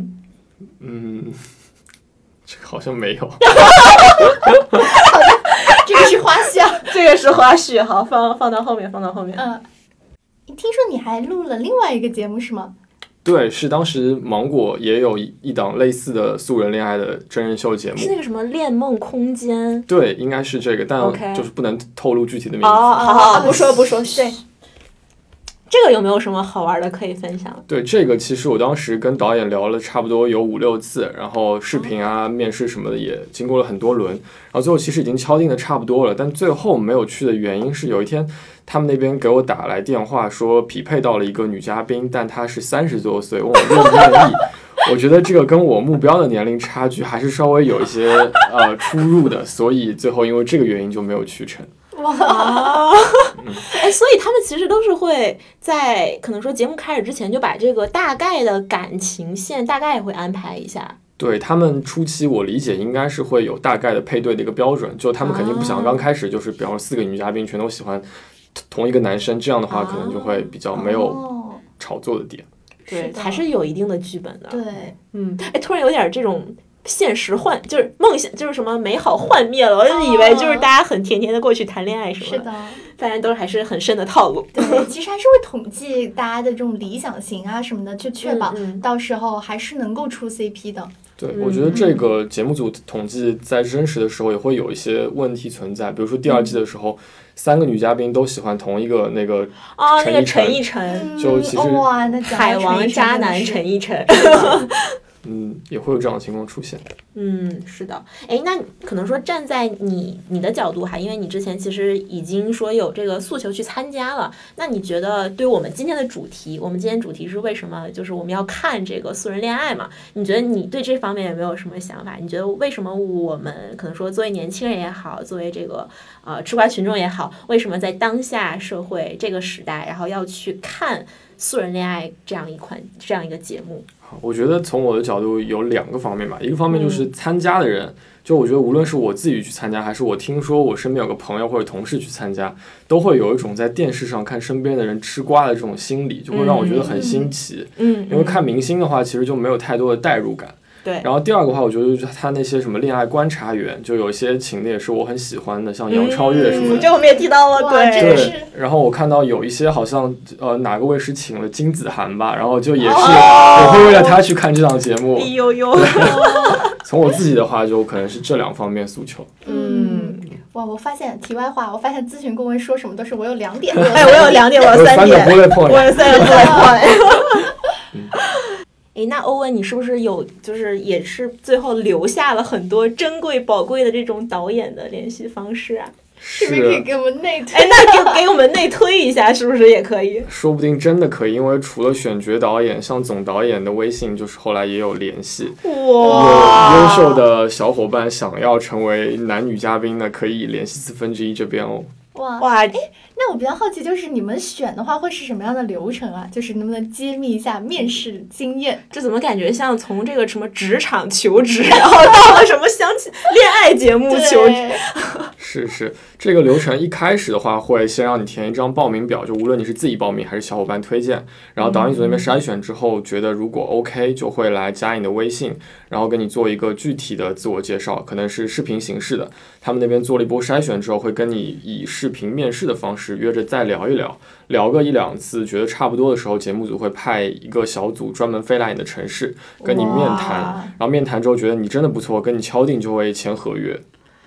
这个好像没有。 好的，这个是花絮啊， 这个是花絮，好，放到后面，放到后面。 听说你还录了另外一个节目是吗？ 对，是当时芒果也有一档类似的素人恋爱的真人秀节目， 是那个什么恋梦空间？ 对，应该是这个，但就是不能透露具体的名字。 好，不说。对，这个有没有什么好玩的可以分享？ 对，这个其实我当时跟导演聊了差不多有5-6次，然后视频啊、面试什么的也经过了很多轮，然后最后其实已经敲定的差不多了，但最后没有去的原因是有一天他们那边给我打来电话说匹配到了一个女嘉宾，但她是30多岁，问我愿不愿意。我觉得这个跟我目标的年龄差距还是稍微有一些出入的，所以最后因为这个原因就没有去成。 哇，所以他们其实都是会在可能说节目开始之前就把这个大概的感情线大概会安排一下。 对，他们初期我理解应该是会有大概的配对的一个标准，就他们肯定不想刚开始就是比方说4个女嘉宾全都喜欢同一个男生，这样的话可能就会比较没有炒作的点。 对，还是有一定的剧本的。 对， 突然有点这种现实就是梦想，就是什么美好幻灭了，我就以为就是大家很甜甜的过去谈恋爱什么的。 是的， 发现都还是很深的套路。 对，其实还是会统计大家的这种理想型啊什么的，去确保到时候还是能够出 CP 的。 对，我觉得这个节目组统计在真实的时候也会有一些问题存在，比如说第2季的时候，3个女嘉宾都喜欢同一个那个陈奕晨，就其实海王渣男陈奕晨。 也会有这样的情况出现。 是的。那可能说站在你的角度哈，因为你之前其实已经说有这个诉求去参加了，那你觉得对我们今天的主题，我们今天主题是为什么？就是我们要看这个素人恋爱嘛？你觉得你对这方面有没有什么想法？你觉得为什么我们可能说作为年轻人也好，作为这个吃瓜群众也好，为什么在当下社会这个时代，然后要去看素人恋爱这样一个节目？ 我觉得从我的角度有2个方面吧，一个方面就是参加的人，就我觉得无论是我自己去参加，还是我听说我身边有个朋友或者同事去参加，都会有一种在电视上看身边的人吃瓜的这种心理，就会让我觉得很新奇。因为看明星的话，其实就没有太多的代入感。 对， 然后第2个话，我觉得就是他那些什么恋爱观察员，就有一些请的也是我很喜欢的，像杨超越什么的。 这我们也提到了， 对。然后我看到有一些好像哪个卫视请了金子涵吧，然后就也是我会为了他去看这档节目。从我自己的话，就可能是这2方面诉求。 哇，我发现题外话，我发现咨询顾问说什么都是我有2点， 我有2点，我有3点， 我有3个 bullet point。那欧文，你是不是有就是也是最后留下了很多珍贵宝贵的这种导演的联系方式啊？ 是不是可以给我们内推？ 那给我们内推一下，是不是也可以？ 说不定真的可以，因为除了选角导演，像总导演的微信，就是后来也有联系。有优秀的小伙伴想要成为男女嘉宾的，可以联系1/4这边哦。 哇，那我比较好奇，就是你们选的话会是什么样的流程啊？就是能不能揭秘一下面试经验？ 这怎么感觉像从这个什么职场求职，然后到了什么相亲恋爱节目求职？ 是，这个流程一开始的话，会先让你填一张报名表，就无论你是自己报名还是小伙伴推荐，然后导演组那边筛选之后，觉得如果 OK， 就会来加你的微信，然后跟你做一个具体的自我介绍，可能是视频形式的。他们那边做了一波筛选之后，会跟你以视频面试的方式约着再聊一聊，聊个1-2次，觉得差不多的时候，节目组会派一个小组专门飞来你的城市跟你面谈，然后面谈之后觉得你真的不错，跟你敲定就会签合约。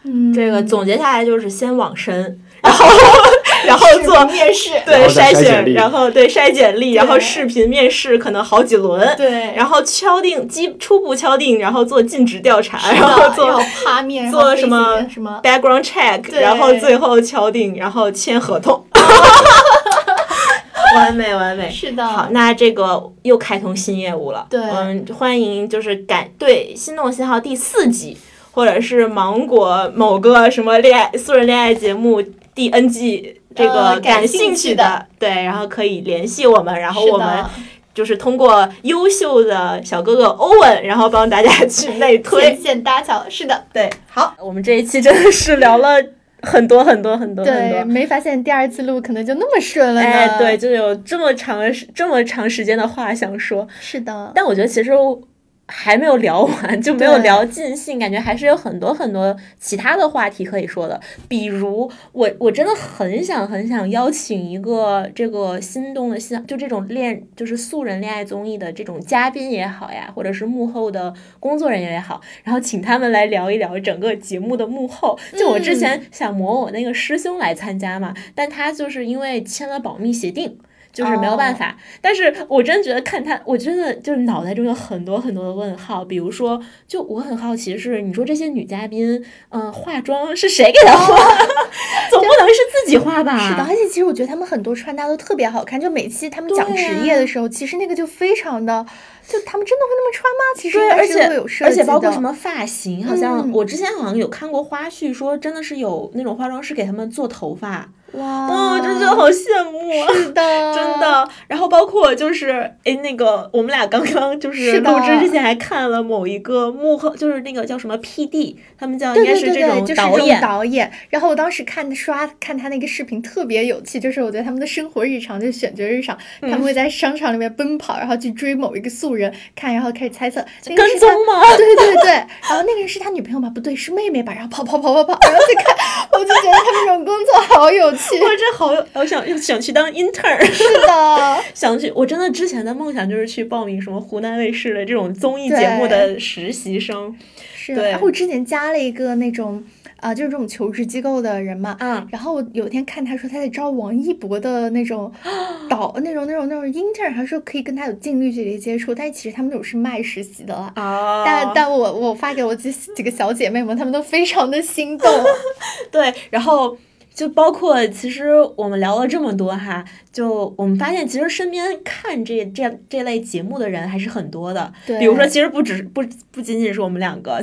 这个总结下来就是先网申，然后做面试， 对筛选， 然后再筛简历然后筛简历，然后视频面试可能好几轮， 对， 然后初步敲定，然后做尽职调查，然后做趴面， 做什么 background check， 然后最后敲定，然后签合同。完美， 是的。 好，那这个又开通新业务了。 对， 欢迎就是对心动信号第4季，或者是芒果某个什么素人恋爱节目第 N 季这个感兴趣的，对，然后可以联系我们，然后我们就是通过优秀的小哥哥欧文，然后帮大家去内推， 牵线搭桥。是的， 对。好，我们这一期真的是聊了很多， 对，没发现第2次录可能就那么顺了呢。 哎，对，就有这么长时间的话想说。是的， 但我觉得其实还没有聊完，就没有聊尽兴，感觉还是有很多其他的话题可以说的。比如我真的很想邀请一个这个心动的就这种就是素人恋爱综艺的这种嘉宾也好呀，或者是幕后的工作人员也好，然后请他们来聊一聊整个节目的幕后。就我之前想磨我那个师兄来参加嘛，但他就是因为签了保密协定，就是没有办法。但是我真觉得看他，我真的就是脑袋中有很多的问号。比如说，就我很好奇是，你说这些女嘉宾，化妆是谁给她化？总不能是自己化吧？ 是的，而且其实我觉得他们很多穿搭都特别好看，就每期他们讲职业的时候，其实那个就非常的。就他们真的会那么穿吗？其实对，而且包括什么发型，好像我之前好像有看过花絮，说真的是有那种化妆师给他们做头发。 哇， 真的好羡慕啊！ 是的， 真的。然后包括就是那个我们俩刚刚就是录制之前还看了某一个幕后，就是那个叫什么 PD， 他们叫应该是这种导演。然后我当时看他那个视频特别有趣，就是我觉得他们的生活日常，就是选择日常，他们会在商场里面奔跑，然后去追某一个素人看，然后开始猜测跟踪吗？ 对，然后那个人是他女朋友吗？不对，是妹妹吧？然后跑，然后再看，我就觉得他们这种工作好有趣。 哇，这好有，我想去当 intern。 是的， 想去，我真的之前的梦想就是去报名什么湖南卫视的这种综艺节目的实习生。 是，然后我之前加了一个那种就是这种求职机构的人嘛，然后我有一天看他说他在招王一博的那种那种 intern， 还说可以跟他有近距离接触，但其实他们那种是卖实习的了。但我发给我几个小姐妹们，她们都非常的心动。 对，然后。就包括其实我们聊了这么多哈，就我们发现其实身边看这类节目的人还是很多的。 对， 比如说其实不仅仅是我们两个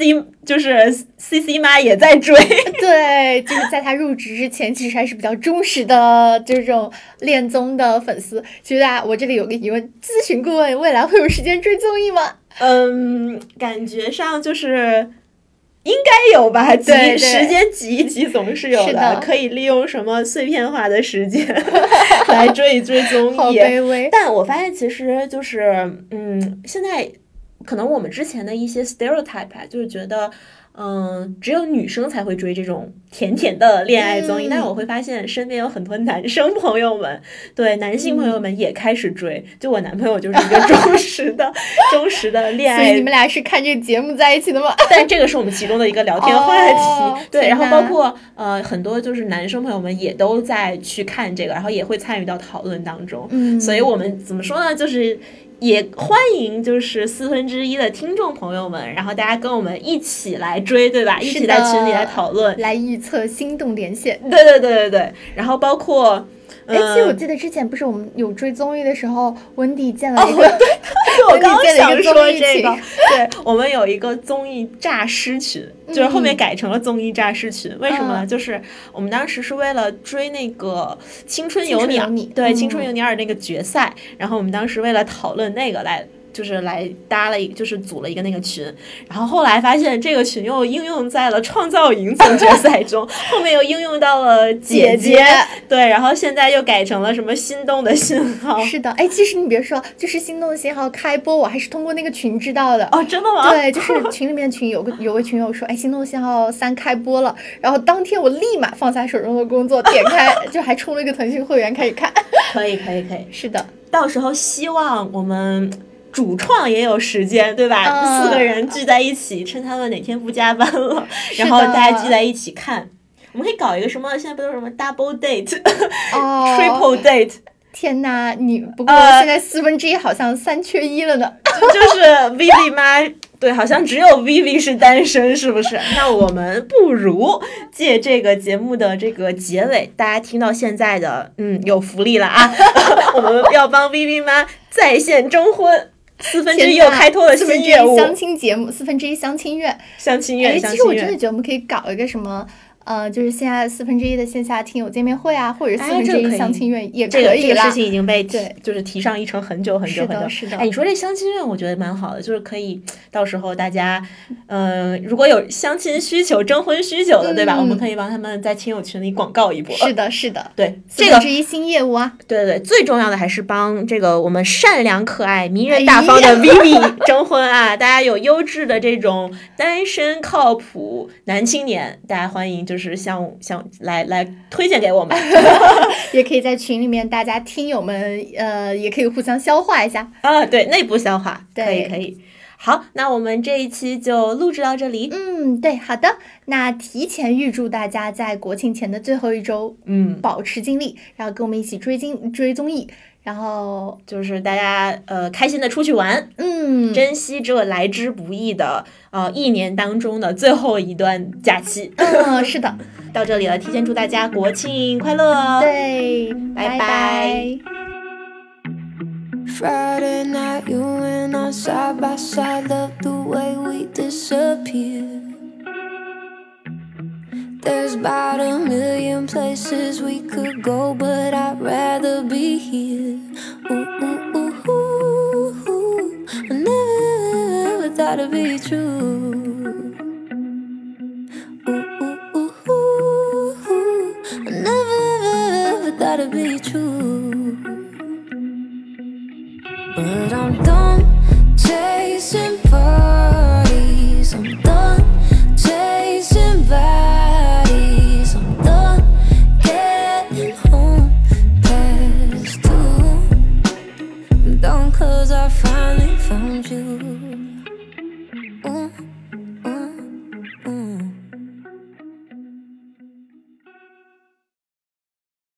CC 妈也在追。 对，就是在他入职之前其实还是比较忠实的这种恋综的粉丝。其实我这里有个疑问，咨询顾问未来会有时间追综艺吗？ 感觉上就是应该有吧，时间挤一挤总是有的，可以利用什么碎片化的时间来追一追综艺。 好卑微。 但我发现其实就是现在可能我们之前的一些 stereotype 就是觉得只有女生才会追这种甜甜的恋爱综艺，但我会发现身边有很多男生朋友们，对男性朋友们也开始追。就我男朋友就是一个忠实的恋爱。 所以你们俩是看这个节目在一起的吗？ 但这个是我们其中的一个聊天话题。对，然后包括很多就是男生朋友们也都在去看这个，然后也会参与到讨论当中。所以我们怎么说呢？就是也欢迎就是1/4的听众朋友们，然后大家跟我们一起来追，对吧？一起在群里来讨论， 来预测心动连线。 对。然后包括其实我记得之前不是我们有追综艺的时候，温迪建了一个， 我刚想说这个，对，我们有一个综艺诈尸群，就是后面改成了综艺诈尸群。为什么呢？就是我们当时是为了追那个青春有你，对，青春有你2那个决赛，然后我们当时为了讨论那个就是来就是组了一个那个群，然后后来发现这个群又应用在了创造营总决赛中，后面又应用到了姐姐，对，然后现在又改成了什么心动的信号。 是的，其实你别说，就是心动的信号开播，我还是通过那个群知道的。 哦，真的吗？ 对，就是群里面有个群友说，心动的信号3开播了，然后当天我立马放下手中的工作，点开就还充了一个腾讯会员开始看。 可以。 是的， 到时候希望我们主创也有时间，对吧？4个人聚在一起，趁他们哪天不加班了，然后大家聚在一起看。我们可以搞一个什么？现在不都是什么 double date、triple date？ 天哪，不过现在1/4好像3缺1了呢。 就是 Vivi 妈，对，好像只有 Vivi 是单身，是不是？那我们不如借这个节目的这个结尾，大家听到现在的，有福利了啊！我们要帮 Vivi 妈在线征婚。1/4又开拓了新业务， 相亲节目，1/4相亲院。其实我真的觉得我们可以搞一个什么。就是现在1/4的线下听友见面会啊，或者1/4相亲院也可以了。 这个事情已经被就是提上议程很久。 是的。 你说这相亲院，我觉得蛮好的，就是可以到时候大家，如果有相亲需求、征婚需求的，对吧？我们可以帮他们在亲友群里广告一波。 是的。 对，这个 1/4新业务啊。 对，最重要的还是帮这个我们善良可爱、迷人大方的 Vivi 征婚啊！大家有优质的这种单身靠谱男青年，大家欢迎就是想来推荐给我们， 也可以在群里面，大家听友们也可以互相消化一下啊，对，内部消化，可以。好，那我们这一期就录制到这里。 对，好的。那提前预祝大家在国庆前的最后一周，保持精力，然后跟我们一起追综艺。然后就是大家开心的出去玩，珍惜这来之不易的1年当中的最后一段假期。 是的， 到这里了，提前祝大家国庆快乐。 对，拜拜。 Friday night, you and I side by side, love the way we disappear. There's about a million places we could go, but I'd rather be here. I never thought it'd be true. I never thought it'd be true. But I'm done chasing parties. I'm done chasing bodies. I'm done getting home past 2. I'm done 'cause I finally found you.